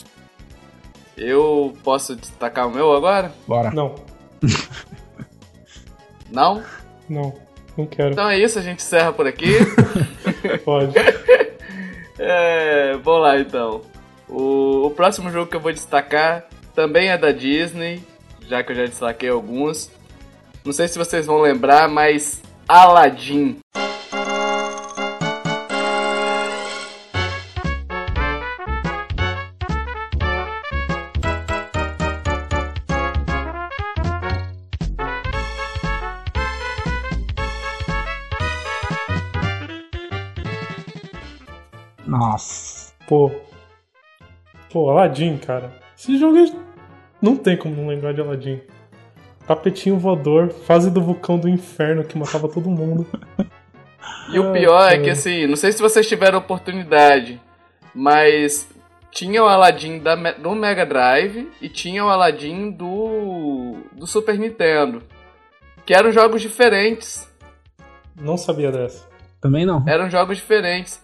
B: Eu posso destacar o meu agora?
D: Bora.
A: Não,
B: Não?
A: não, não quero.
B: Então é isso, a gente encerra por aqui.
A: Pode.
B: É, vamos lá então. O, o próximo jogo que eu vou destacar também é da Disney, já que eu já destaquei alguns. Não sei se vocês vão lembrar, mas Aladdin.
D: Nossa.
A: Pô. Pô, Aladdin, cara. Esse jogo é... não tem como não lembrar de Aladdin. Tapetinho voador, fase do vulcão do inferno que matava todo mundo.
B: E o
A: Ai,
B: pior é
A: cara.
B: que assim, não sei se vocês tiveram oportunidade, mas tinha o Aladdin da, Me- do Mega Drive e tinha o Aladdin do, do Super Nintendo, que eram jogos diferentes.
A: Não sabia dessa.
D: Também não.
B: Eram jogos diferentes.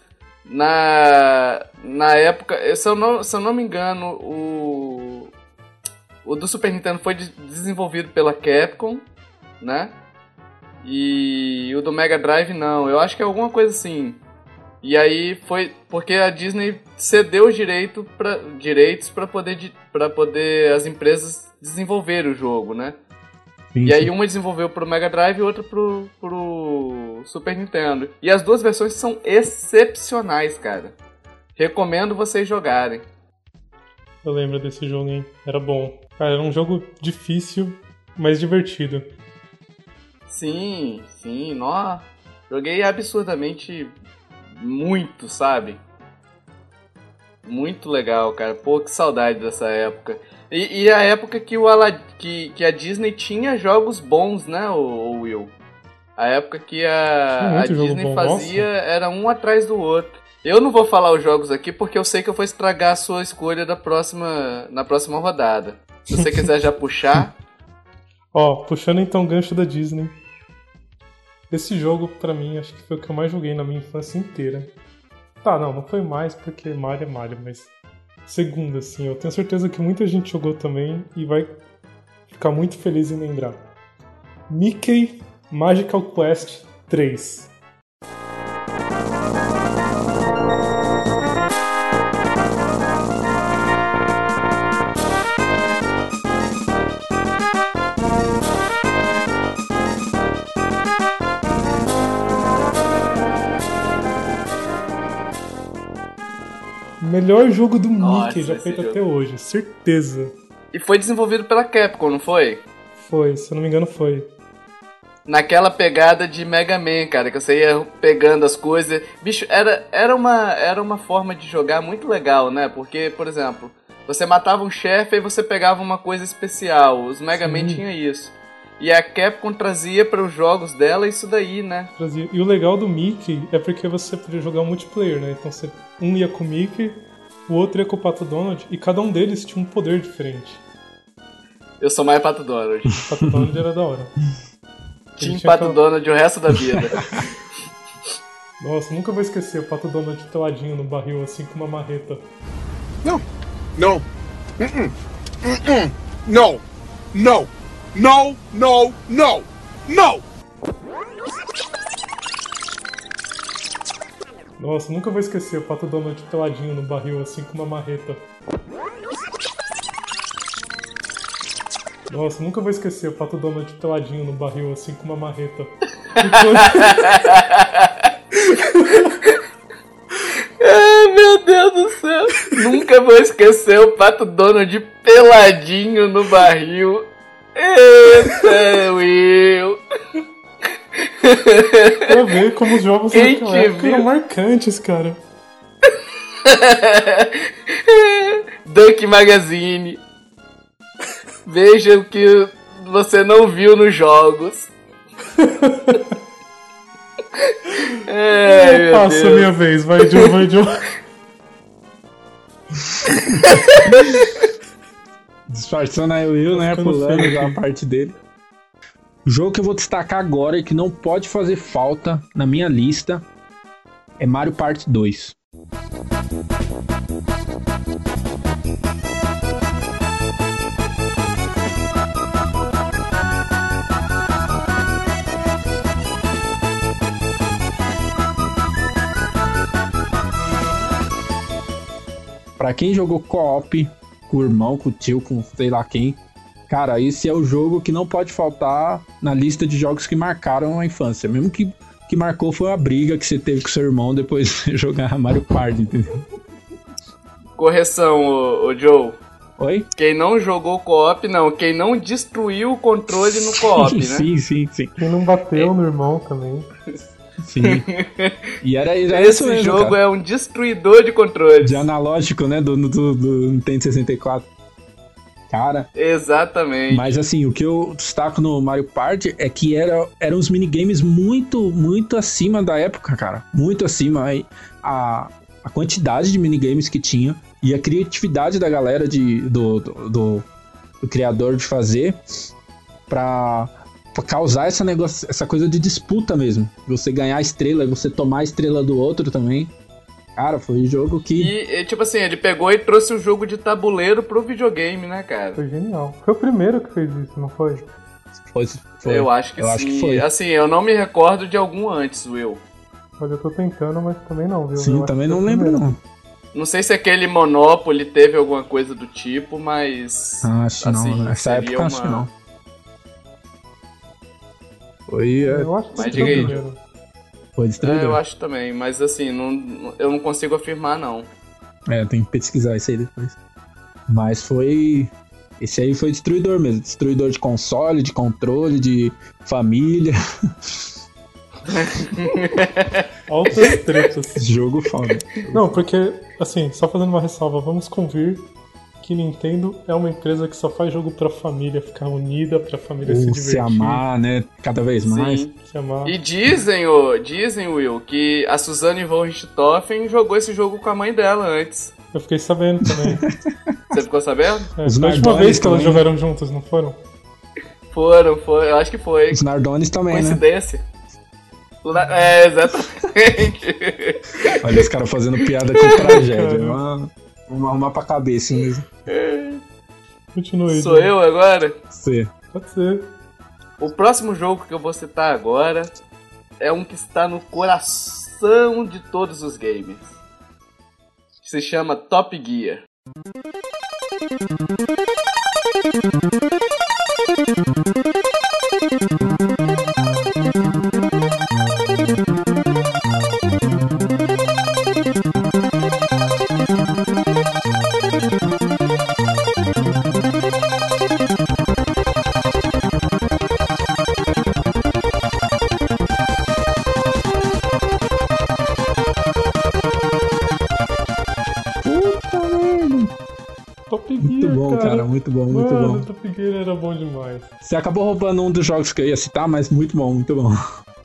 B: Na, na época, se eu, não, se eu não me engano, o, o do Super Nintendo foi de, desenvolvido pela Capcom, né? E o do Mega Drive não, eu acho que é alguma coisa assim. E aí foi porque a Disney cedeu os direito pra, direitos para poder, pra poder as empresas desenvolverem o jogo, né? Sim, e aí uma desenvolveu pro Mega Drive e outra pro, pro Super Nintendo. E as duas versões são excepcionais, cara. Recomendo vocês jogarem.
A: Eu lembro desse jogo, hein? Era bom. Cara, era um jogo difícil, mas divertido.
B: Sim, sim. Nó, joguei absurdamente muito, sabe? Muito legal, cara. Pô, que saudade dessa época. E, e a época que, o Alad... que, que a Disney tinha jogos bons, né, o, o Will? A época que a, a Disney
A: bom,
B: fazia
A: nossa.
B: Era um atrás do outro. Eu não vou falar os jogos aqui porque eu sei que eu vou estragar a sua escolha da próxima, na próxima rodada. Se você quiser já puxar...
A: Ó, puxando então o gancho da Disney. Esse jogo, pra mim, acho que foi o que eu mais joguei na minha infância inteira. Tá, não, não foi mais porque Mario é Mario, mas... Segundo, assim, eu tenho certeza que muita gente jogou também e vai ficar muito feliz em lembrar. Mickey Magical Quest três. Melhor jogo do
B: Nossa,
A: Mickey já feito
B: jogo.
A: até hoje, certeza.
B: E foi desenvolvido pela Capcom, não foi?
A: Foi, se eu não me engano foi.
B: Naquela pegada de Mega Man, cara, que você ia pegando as coisas. Bicho, era, era, uma, era uma forma de jogar muito legal, né? Porque, por exemplo, você matava um chefe e você pegava uma coisa especial. Os Mega Man tinham isso. E a Capcom trazia para os jogos dela isso daí, né?
A: Trazia. E o legal do Mickey é porque você podia jogar um multiplayer, né? Então você, um ia com o Mickey, o outro ia com o Pato Donald, e cada um deles tinha um poder diferente.
B: Eu sou mais Pato Donald.
A: Pato Donald era da hora.
B: Team Pato aquela... Donald o resto da vida.
A: Nossa, nunca vou esquecer o Pato Donald peladinho no barril, assim, com uma marreta.
H: Não, não, uh-uh. Uh-uh. não, não. No, no, no, no!
A: Nossa, nunca vou esquecer o Pato Donald peladinho no barril, assim, com uma marreta. Nossa, nunca vou esquecer o Pato Donald peladinho no barril, assim, com uma marreta.
B: Ai, meu Deus do céu! Nunca vou esquecer o Pato Donald peladinho no barril. Eita, Will!
A: Pra ver como os jogos
B: Quem
A: naquela época eram marcantes, cara.
B: Duck Magazine. Veja o que você não viu nos jogos. É,
A: passa a minha vez, vai, Joe, vai, Joe.
D: Disfarçando aí o Will, né? Pulando já a parte dele. O jogo que eu vou destacar agora e que não pode fazer falta na minha lista é Mario Party dois. Pra quem jogou co-op, com o irmão, com o tio, com sei lá quem, cara, esse é o jogo que não pode faltar na lista de jogos que marcaram a infância. Mesmo que, que marcou foi a briga que você teve com seu irmão depois de jogar Mario Party, entendeu?
B: Correção, ô, ô Joe.
D: Oi?
B: Quem não jogou co-op, não. Quem não destruiu o controle no co-op, né?
D: Sim, sim, sim.
A: Quem não bateu é. no irmão também.
D: Sim. E era, era
B: Esse
D: isso mesmo,
B: jogo
D: cara.
B: É um destruidor de controles.
D: De analógico, né? Do, do, do Nintendo sessenta e quatro. Cara.
B: Exatamente.
D: Mas assim, o que eu destaco no Mario Party é que era, eram uns minigames muito, muito acima da época, cara. Muito acima. A, a quantidade de minigames que tinha e a criatividade da galera de, do, do, do, do criador de fazer pra... pra causar essa, negócio, essa coisa de disputa mesmo. Você ganhar a estrela e você tomar a estrela do outro também. Cara, foi um jogo que...
B: E, e, tipo assim, ele pegou e trouxe o jogo de tabuleiro pro videogame, né, cara?
A: Foi genial. Foi o primeiro que fez isso, não foi?
D: Foi, foi.
B: Eu acho que
D: eu
B: sim.
D: Acho que foi.
B: Assim, eu não me recordo de algum antes, Will.
A: Olha, eu tô tentando, mas também não, viu?
D: Sim,
A: eu
D: também não lembro, não.
B: Não sei se aquele Monopoly teve alguma coisa do tipo, mas...
D: Ah, acho
B: assim,
D: não. Nessa época,
B: uma...
D: acho que não. Foi... É...
A: Eu acho que
B: Mas
A: foi
B: diga
A: o
B: aí.
A: primeiro.
D: Foi destruidor.
B: É, eu acho também, mas assim, não, eu não consigo afirmar, não.
D: É, eu tenho que pesquisar isso aí depois. Mas foi... Esse aí foi destruidor mesmo. Destruidor de console, de controle, de família.
A: Altas tretas.
D: Jogo foda.
A: Não, porque, assim, só fazendo uma ressalva, vamos convir que Nintendo é uma empresa que só faz jogo pra família ficar unida, pra família se
D: Ou
A: divertir.
D: se amar, né? Cada vez mais.
B: Sim.
A: Se amar.
B: E dizem, ô, dizem, Will, que a Suzanne von Richthofen jogou esse jogo com a mãe dela antes.
A: Eu fiquei sabendo também.
B: Você ficou sabendo?
A: É,
D: Os
A: foi a última
D: Nardones
A: vez que elas
D: também.
A: jogaram juntas, não foram?
B: Foram, foi, eu acho que foi.
D: Os Nardones também, né?
B: Coincidência. La- É, exatamente.
D: Olha os caras fazendo piada com tragédia. Vamos vamos arrumar pra cabeça mesmo.
A: Continua aí.
B: Sou eu agora?
D: Você.
A: Pode ser.
B: O próximo jogo que eu vou citar agora é um que está no coração de todos os gamers. Se chama Top Gear.
A: Top Gear,
D: Muito bom, cara. Muito bom, muito
A: Mano,
D: bom.
A: Top Gear era bom demais.
D: Você acabou roubando um dos jogos que eu ia citar, mas muito bom, muito bom.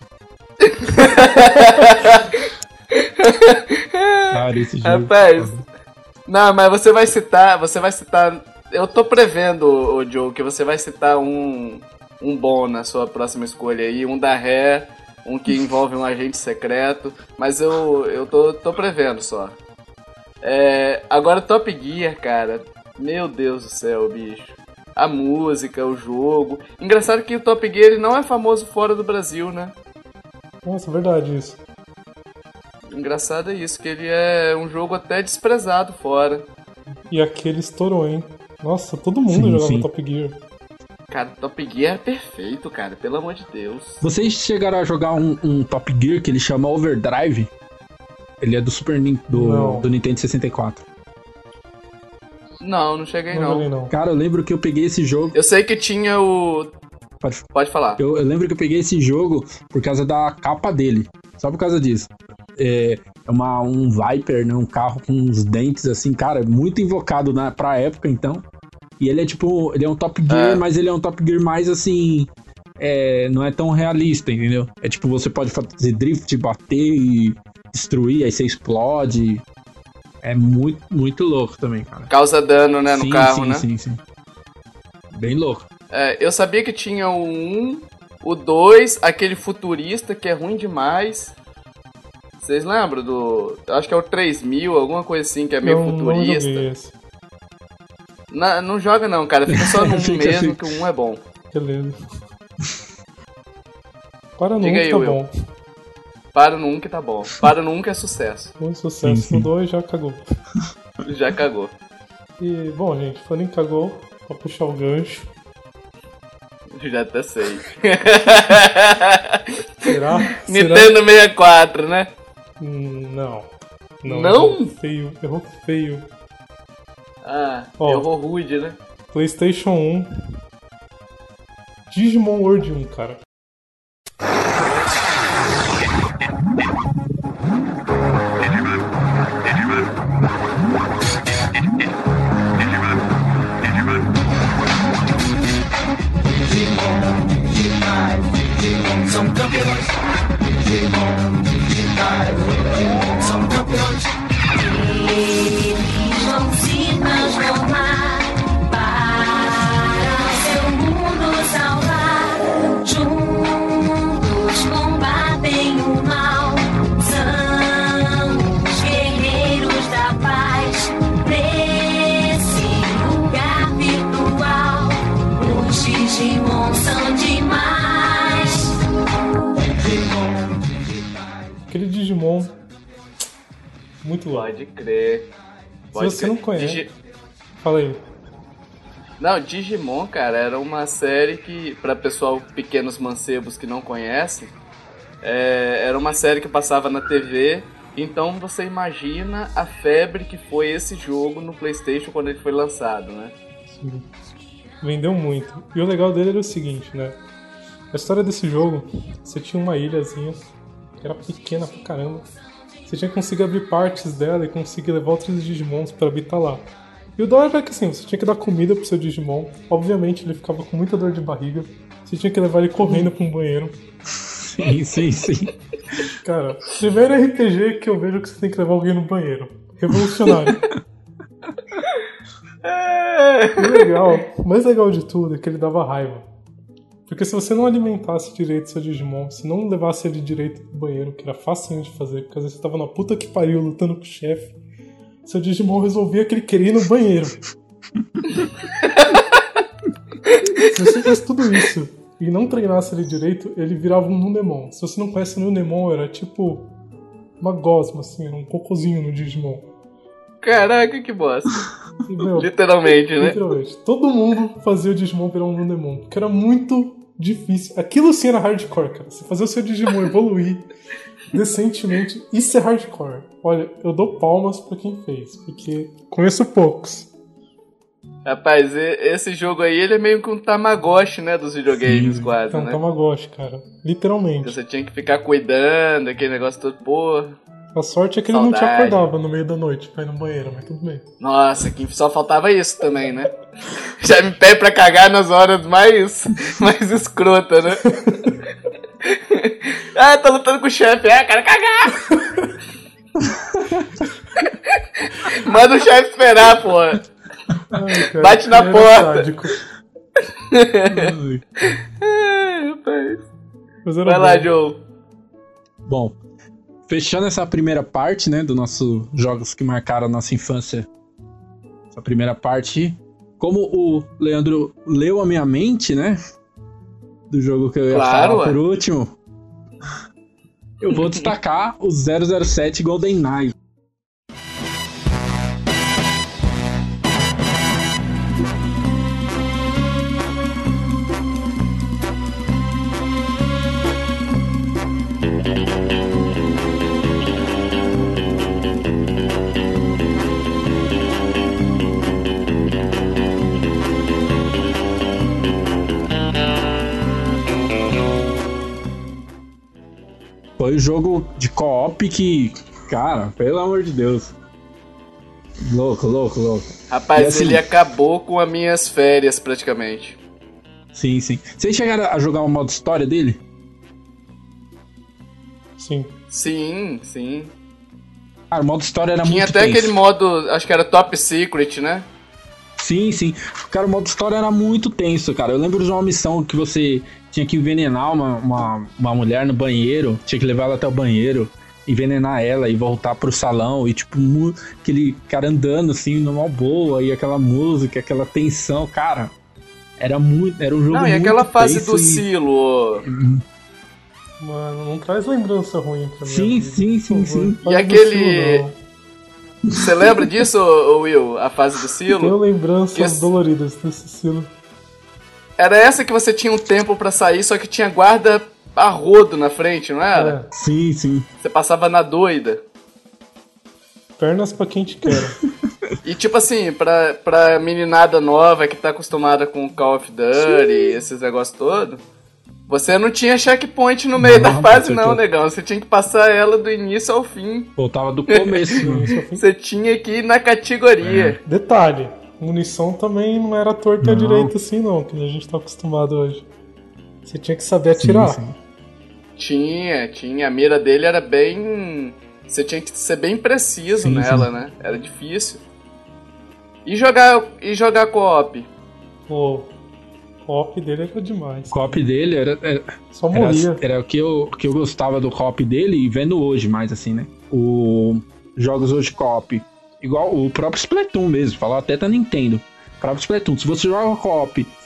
D: Cara, esse jogo.
B: Rapaz, não, mas você vai citar, você vai citar, eu tô prevendo, o Joe, que você vai citar um, um bom na sua próxima escolha aí, um da Ré, um que envolve um agente secreto, mas eu, eu tô, tô prevendo só. É, agora Top Gear, cara, meu Deus do céu, bicho. A música, o jogo. Engraçado que o Top Gear ele não é famoso fora do Brasil, né?
A: Nossa, verdade isso.
B: Engraçado é isso, que ele é um jogo até desprezado fora.
A: E aquele estourou, hein? Nossa, todo mundo
D: Sim,
A: jogava
D: sim.
A: Top Gear.
B: Cara, Top Gear é perfeito, cara, pelo amor de Deus.
D: Vocês chegaram a jogar um, um Top Gear que ele chama Overdrive? Ele é do Super Nin- do,
A: Não.
D: do Nintendo sessenta e quatro.
B: Não, não cheguei
A: Não
B: não.
A: joguei não.
D: Cara, eu lembro que eu peguei esse jogo.
B: Eu sei que tinha o...
D: Pode,
B: Pode falar.
D: eu, eu lembro que eu peguei esse jogo por causa da capa dele. Só por causa disso. É, é uma, um Viper, né? Um carro com uns dentes assim, cara, muito invocado na, pra época, então. E ele é tipo, ele é um Top Gear,
B: É.
D: mas ele é um Top Gear mais assim. É, não é tão realista, entendeu? É tipo, você pode fazer drift, bater e destruir, aí você explode. É muito, muito louco também, cara.
B: Causa dano, né, no
D: sim,
B: carro,
D: sim,
B: né?
D: Sim, sim, bem louco.
B: É, eu sabia que tinha o um, o dois, aquele futurista que é ruim demais. Vocês lembram do... eu acho que é o três mil, alguma coisa assim, que é meio
A: Não, não
B: futurista.
A: joguei esse.
B: Na- não joga não, cara. Fica só no um
D: Fica,
B: mesmo,
D: fica.
B: que o um é bom.
A: Beleza. Para no
B: Diga
A: um
B: aí,
A: que tá
B: Will.
A: bom.
B: Para no um que tá bom. Para no um que é sucesso.
A: Bom sucesso.
D: Sim, sim.
A: No dois já cagou.
B: Já cagou.
A: E, bom, gente, falando em cagou, pra puxar o gancho.
B: Já até sei.
A: Será? Será?
B: Nintendo sessenta e quatro, né?
A: Hum, Não. Não?
B: Não?
A: Errou feio, errou feio.
B: Ah,
A: Ó.
B: eu vou rude, né?
A: PlayStation um. Digimon World um, cara.
G: São campeões. Digimon digitais são campeões.
F: Eles vão se transformar para seu mundo salvar. Juntos Digimon são demais.
A: Aquele Digimon. Muito louco.
B: Pode crer.
A: Se
B: Pode
A: você
B: crer.
A: não conhece.
B: Digi...
A: Fala aí.
B: Não, Digimon, cara, era uma série que, pra pessoal pequenos mancebos que não conhecem, é, era uma série que passava na T V. Então você imagina a febre que foi esse jogo no PlayStation quando ele foi lançado, né?
A: Sim. Vendeu muito. E o legal dele era o seguinte, né? A história desse jogo, você tinha uma ilhazinha que era pequena pra caramba. Você tinha que conseguir abrir partes dela e conseguir levar outros Digimons pra habitar lá. E o da hora era que assim, você tinha que dar comida pro seu Digimon. Obviamente ele ficava com muita dor de barriga. Você tinha que levar ele correndo pra um banheiro.
D: Sim, sim, sim.
A: Cara, primeiro R P G que eu vejo que você tem que levar alguém no banheiro. Revolucionário. O legal, o mais legal de tudo é que ele dava raiva. Porque se você não alimentasse direito seu Digimon, se não levasse ele direito pro banheiro, que era facinho de fazer, porque às vezes você tava na puta que pariu lutando com o chefe, seu Digimon resolvia que ele queria ir no banheiro. Se você fizesse tudo isso e não treinasse ele direito, ele virava um Nunemon. Se você não conhece o Nunemon, era tipo uma gosma, assim, era um cocôzinho no Digimon.
B: Caraca, que bosta.
A: E, meu,
B: Literalmente, né?
A: Literalmente. Todo mundo fazia o Digimon virar um Nunemon, porque era muito difícil. Aquilo sim era hardcore, cara. Você fazer o seu Digimon evoluir decentemente, isso é hardcore. Olha, eu dou palmas pra quem fez, porque conheço poucos.
B: Rapaz, esse jogo aí, ele é meio que um Tamagotchi, né, dos videogames,
A: Sim,
B: quase,
A: é um
B: né?
A: Tamagotchi, cara. Literalmente.
B: Você tinha que ficar cuidando, aquele negócio todo, porra.
A: A sorte é que ele não te
B: Saudade.
A: acordava no meio da noite pra ir no banheiro, mas tudo bem.
B: Nossa, que só faltava isso também, né? Já me pede pra cagar nas horas mais, mais escrota, né? Ah, tô lutando com o chefe, ah, quero cagar! Manda o chefe esperar, porra.
A: Ai, cara,
B: Bate na
A: era
B: porta.
A: sádico.
B: Ai, rapaz.
A: Mas era
B: Vai lá,
A: bom.
B: Joe.
D: Bom, fechando essa primeira parte, né, do nosso jogos que marcaram a nossa infância. Essa primeira parte, como o Leandro leu a minha mente, né, do jogo que eu ia
B: Claro,
D: falar por
B: ué.
D: último, eu vou destacar o zero zero sete GoldenEye. Foi o jogo de co-op que, cara, pelo amor de Deus. Louco, louco, louco.
B: Rapaz,
D: E assim-
B: ele acabou com as minhas férias, praticamente.
D: Sim, sim. Vocês chegaram a jogar o modo história dele?
A: Sim.
B: Sim, sim.
D: Cara, o modo história era
B: Tinha
D: muito
B: até
D: tenso.
B: aquele modo, acho que era Top Secret, né?
D: Sim, sim. Cara, o modo história era muito tenso, cara. Eu lembro de uma missão que você tinha que envenenar uma, uma, uma mulher no banheiro, tinha que levar ela até o banheiro, envenenar ela e voltar pro salão, e tipo, mu- aquele cara andando assim, numa boa, e aquela música, aquela tensão, cara. Era muito. Era um jogo
B: Não,
D: muito
B: e aquela fase
D: tenso
B: do
D: e-
B: silo.
A: Mano, não traz lembrança ruim pra mim.
D: Sim, sim, sim, sim.
B: E aquele- Você lembra disso, ô, Will? A fase do
A: Tenho
B: silo?
A: lembranças
B: Que-
A: doloridas desse silo.
B: Era essa que você tinha um tempo pra sair, só que tinha guarda a rodo na frente, não era?
A: É,
D: Sim, sim.
B: Você passava na doida.
A: pernas pra quem te quer.
B: E tipo assim, pra, pra meninada nova que tá acostumada com Call of Duty e esses negócios todos, você não tinha checkpoint no meio
D: Não,
B: da fase
D: você
B: não,
D: tinha-
B: negão. Você tinha que passar ela do início ao fim.
D: Voltava do começo, mano.
B: Você tinha que ir na categoria.
A: Detalhe, munição também não era torta à
D: Não.
A: direita assim não, que a gente tá acostumado hoje. Você tinha que saber atirar.
D: Sim, sim.
B: Tinha, tinha. A mira dele era bem... Você tinha que ser bem preciso
D: Sim,
B: nela,
D: sim.
B: né? Era difícil. E jogar, e jogar co-op?
A: Pô, o co-op dele era demais.
D: O co-op dele era, era,
A: Só morria.
D: era, era o que eu, que eu gostava do co-op dele e vendo hoje mais assim, né? O jogos hoje co-op, igual o próprio Splatoon mesmo, falou até da Nintendo. O próprio Splatoon, se você joga co-op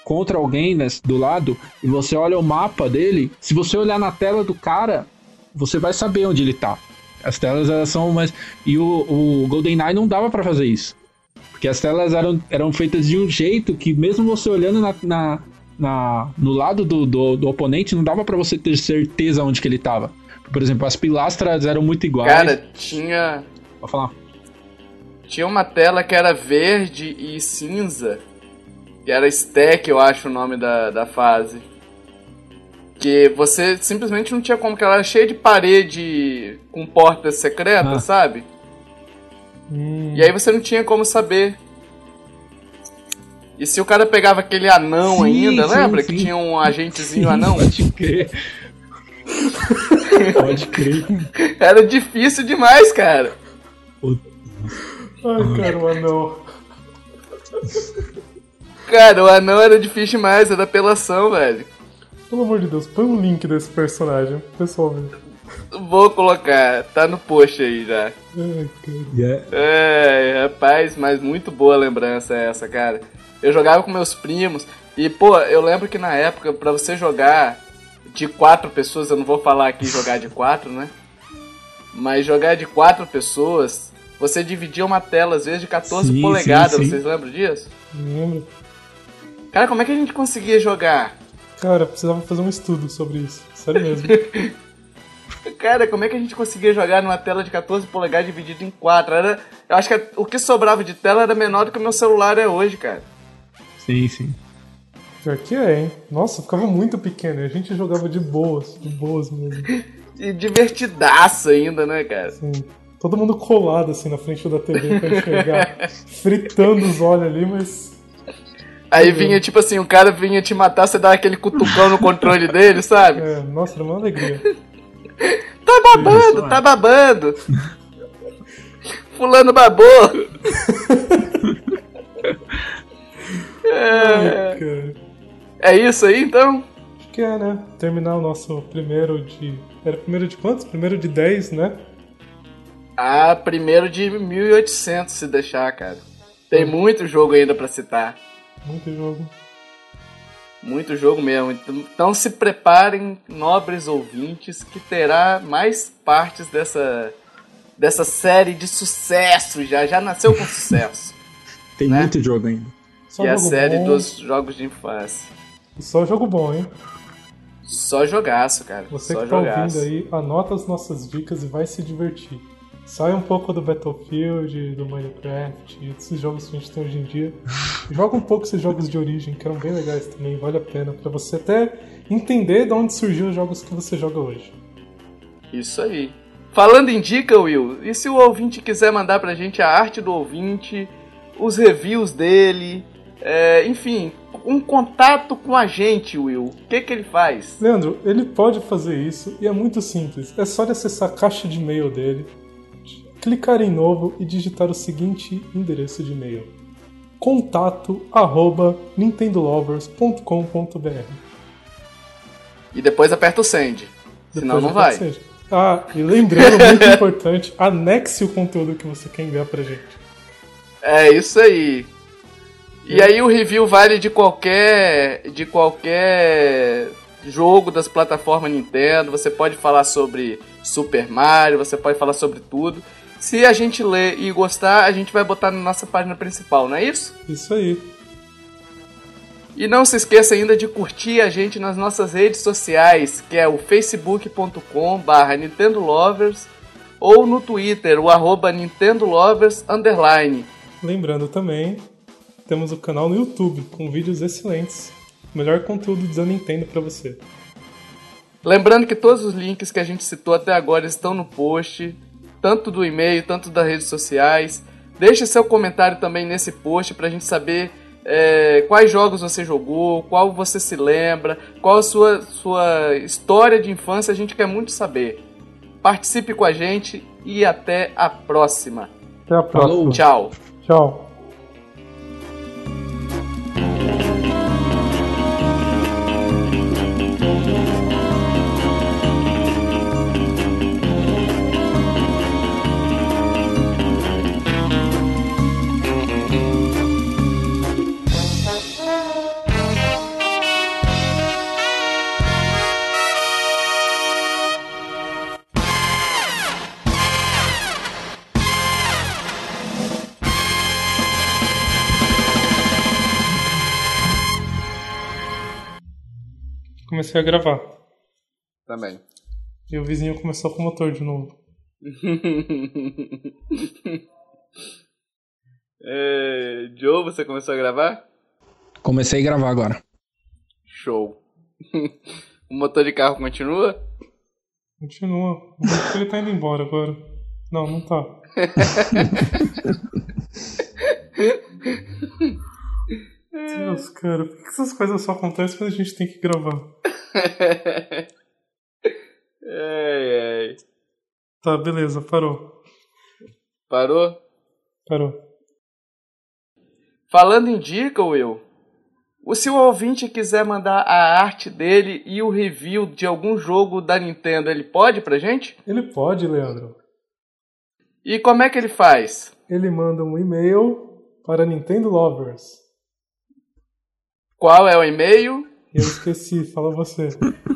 D: contra alguém, né, do lado, e você olha o mapa dele, se você olhar na tela do cara, você vai saber onde ele tá. As telas elas são mais... E o, o GoldenEye não dava pra fazer isso. Porque as telas eram, eram feitas de um jeito que mesmo você olhando na, na, na, no lado do, do, do oponente, não dava pra você ter certeza onde que ele tava. Por exemplo, as pilastras eram muito iguais.
B: Cara, tinha...
D: Pode falar.
B: Tinha uma tela que era verde e cinza, que era stack, eu acho o nome da, da fase. Que você simplesmente não tinha como, que ela era cheia de parede com portas secretas, ah. sabe? Hum. E aí você não tinha como saber. E se o cara pegava aquele anão sim, ainda, sim, lembra? Sim. Que tinha um agentezinho sim, anão?
D: Pode crer. Pode crer.
B: Era difícil demais, cara.
A: Ai, cara, o anão.
B: Cara, o anão era difícil demais, era apelação, velho.
A: Pelo amor de Deus, põe um link desse personagem, pessoal.
B: Vou colocar, tá no post aí já.
A: Ai, cara.
D: Yeah.
B: É, rapaz, mas muito boa lembrança essa, cara. Eu jogava com meus primos e, pô, eu lembro que na época, pra você jogar de quatro pessoas, eu não vou falar aqui jogar de quatro, né? Mas jogar de quatro pessoas, você dividia uma tela, às vezes, de catorze sim, polegadas, sim, sim. Vocês lembram disso?
A: Lembro.
B: Cara, como é que a gente conseguia jogar?
A: Cara, precisava fazer um estudo sobre isso, sério mesmo.
B: Cara, como é que a gente conseguia jogar numa tela de catorze polegadas dividida em quatro? Era, eu acho que o que sobrava de tela era menor do que o meu celular é hoje, cara.
D: Sim, sim.
A: Pior que é, hein? Nossa, ficava muito pequeno e a gente jogava de boas, de boas mesmo.
B: E divertidaço ainda, né, cara?
A: Sim. Todo mundo colado assim na frente da T V pra enxergar, fritando os olhos ali, mas...
B: Aí vinha, tipo assim, o cara vinha te matar, você dava aquele cutucão no controle dele, sabe?
A: É, nossa, era uma alegria.
B: Tá babando, isso, tá babando. Fulano babou. é...
A: Ai,
B: é isso aí, então?
A: Acho que é, né? Terminar o nosso primeiro de... Era primeiro de quantos? Primeiro de dez, né?
B: Ah, primeiro de mil e oitocentos, se deixar, cara. Tem hum. muito jogo ainda pra citar.
A: Muito jogo.
B: Muito jogo mesmo. Então se preparem, nobres ouvintes, que terá mais partes dessa, dessa série de sucesso. Já, já nasceu com sucesso.
D: Tem né? muito jogo ainda.
B: Só e a série bom. Dos jogos de infância.
A: Só jogo bom, hein?
B: Só jogaço, cara.
A: Você
B: Só
A: que tá
B: jogaço.
A: ouvindo aí, anota as nossas dicas e vai se divertir. Sai um pouco do Battlefield, do Minecraft e desses jogos que a gente tem hoje em dia. Joga um pouco esses jogos de origem, que eram bem legais também, vale a pena, pra você até entender de onde surgiu os jogos que você joga hoje.
B: Isso aí. Falando em dica, Will, e se o ouvinte quiser mandar pra gente a arte do ouvinte, os reviews dele, é, enfim, um contato com a gente, Will, o que que ele faz?
A: Leandro, ele pode fazer isso e é muito simples. É só ele acessar a caixa de e-mail dele, clicar em novo e digitar o seguinte endereço de e-mail: contato arroba nintendolovers ponto com ponto b r.
B: E depois aperta o send, senão não vai.
A: Send. Ah, e lembrando, muito importante, anexe o conteúdo que você quer enviar pra gente.
B: É isso aí. E aí o review vale de qualquer de qualquer jogo das plataformas Nintendo. Você pode falar sobre Super Mario, você pode falar sobre tudo. Se a gente ler e gostar, a gente vai botar na nossa página principal, não é isso?
A: Isso aí.
B: E não se esqueça ainda de curtir a gente nas nossas redes sociais, que é o facebook ponto com barra Nintendo Lovers ou no Twitter, o arroba Nintendo Lovers underline.
A: Lembrando também, temos o canal no YouTube com vídeos excelentes. Melhor conteúdo da Nintendo pra você.
B: Lembrando que todos os links que a gente citou até agora estão no post, tanto do e-mail, tanto das redes sociais. Deixe seu comentário também nesse post pra gente saber é, quais jogos você jogou, qual você se lembra, qual a sua, sua história de infância, a gente quer muito saber. Participe com a gente e até a próxima.
A: Até a próxima.
B: Falou. Tchau.
A: Tchau. Comecei a gravar.
B: Também.
A: E o vizinho começou com o motor de novo.
B: é, Joe, você começou a gravar?
D: Comecei a gravar agora.
B: Show. O motor de carro continua?
A: Continua. Acho que ele tá indo embora agora. Não, não tá. Deus, cara, por que essas coisas só acontecem quando a gente tem que gravar?
B: Ai, ai.
A: Tá, beleza, parou.
B: Parou?
A: Parou.
B: Falando em dica, Will, o se o ouvinte quiser mandar a arte dele e o review de algum jogo da Nintendo, ele pode pra gente?
A: Ele pode, Leandro.
B: E como é que ele faz?
A: Ele manda um e-mail para Nintendo Lovers.
B: Qual é o e-mail?
A: Eu esqueci, fala você.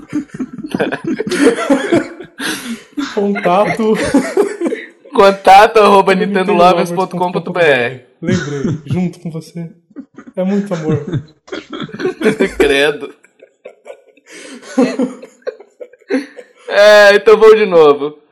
A: Contato.
B: Contato arroba nintendo lovers ponto com ponto b r.
A: Lembrei, junto com você. É muito amor.
B: Credo. É, então vou de novo.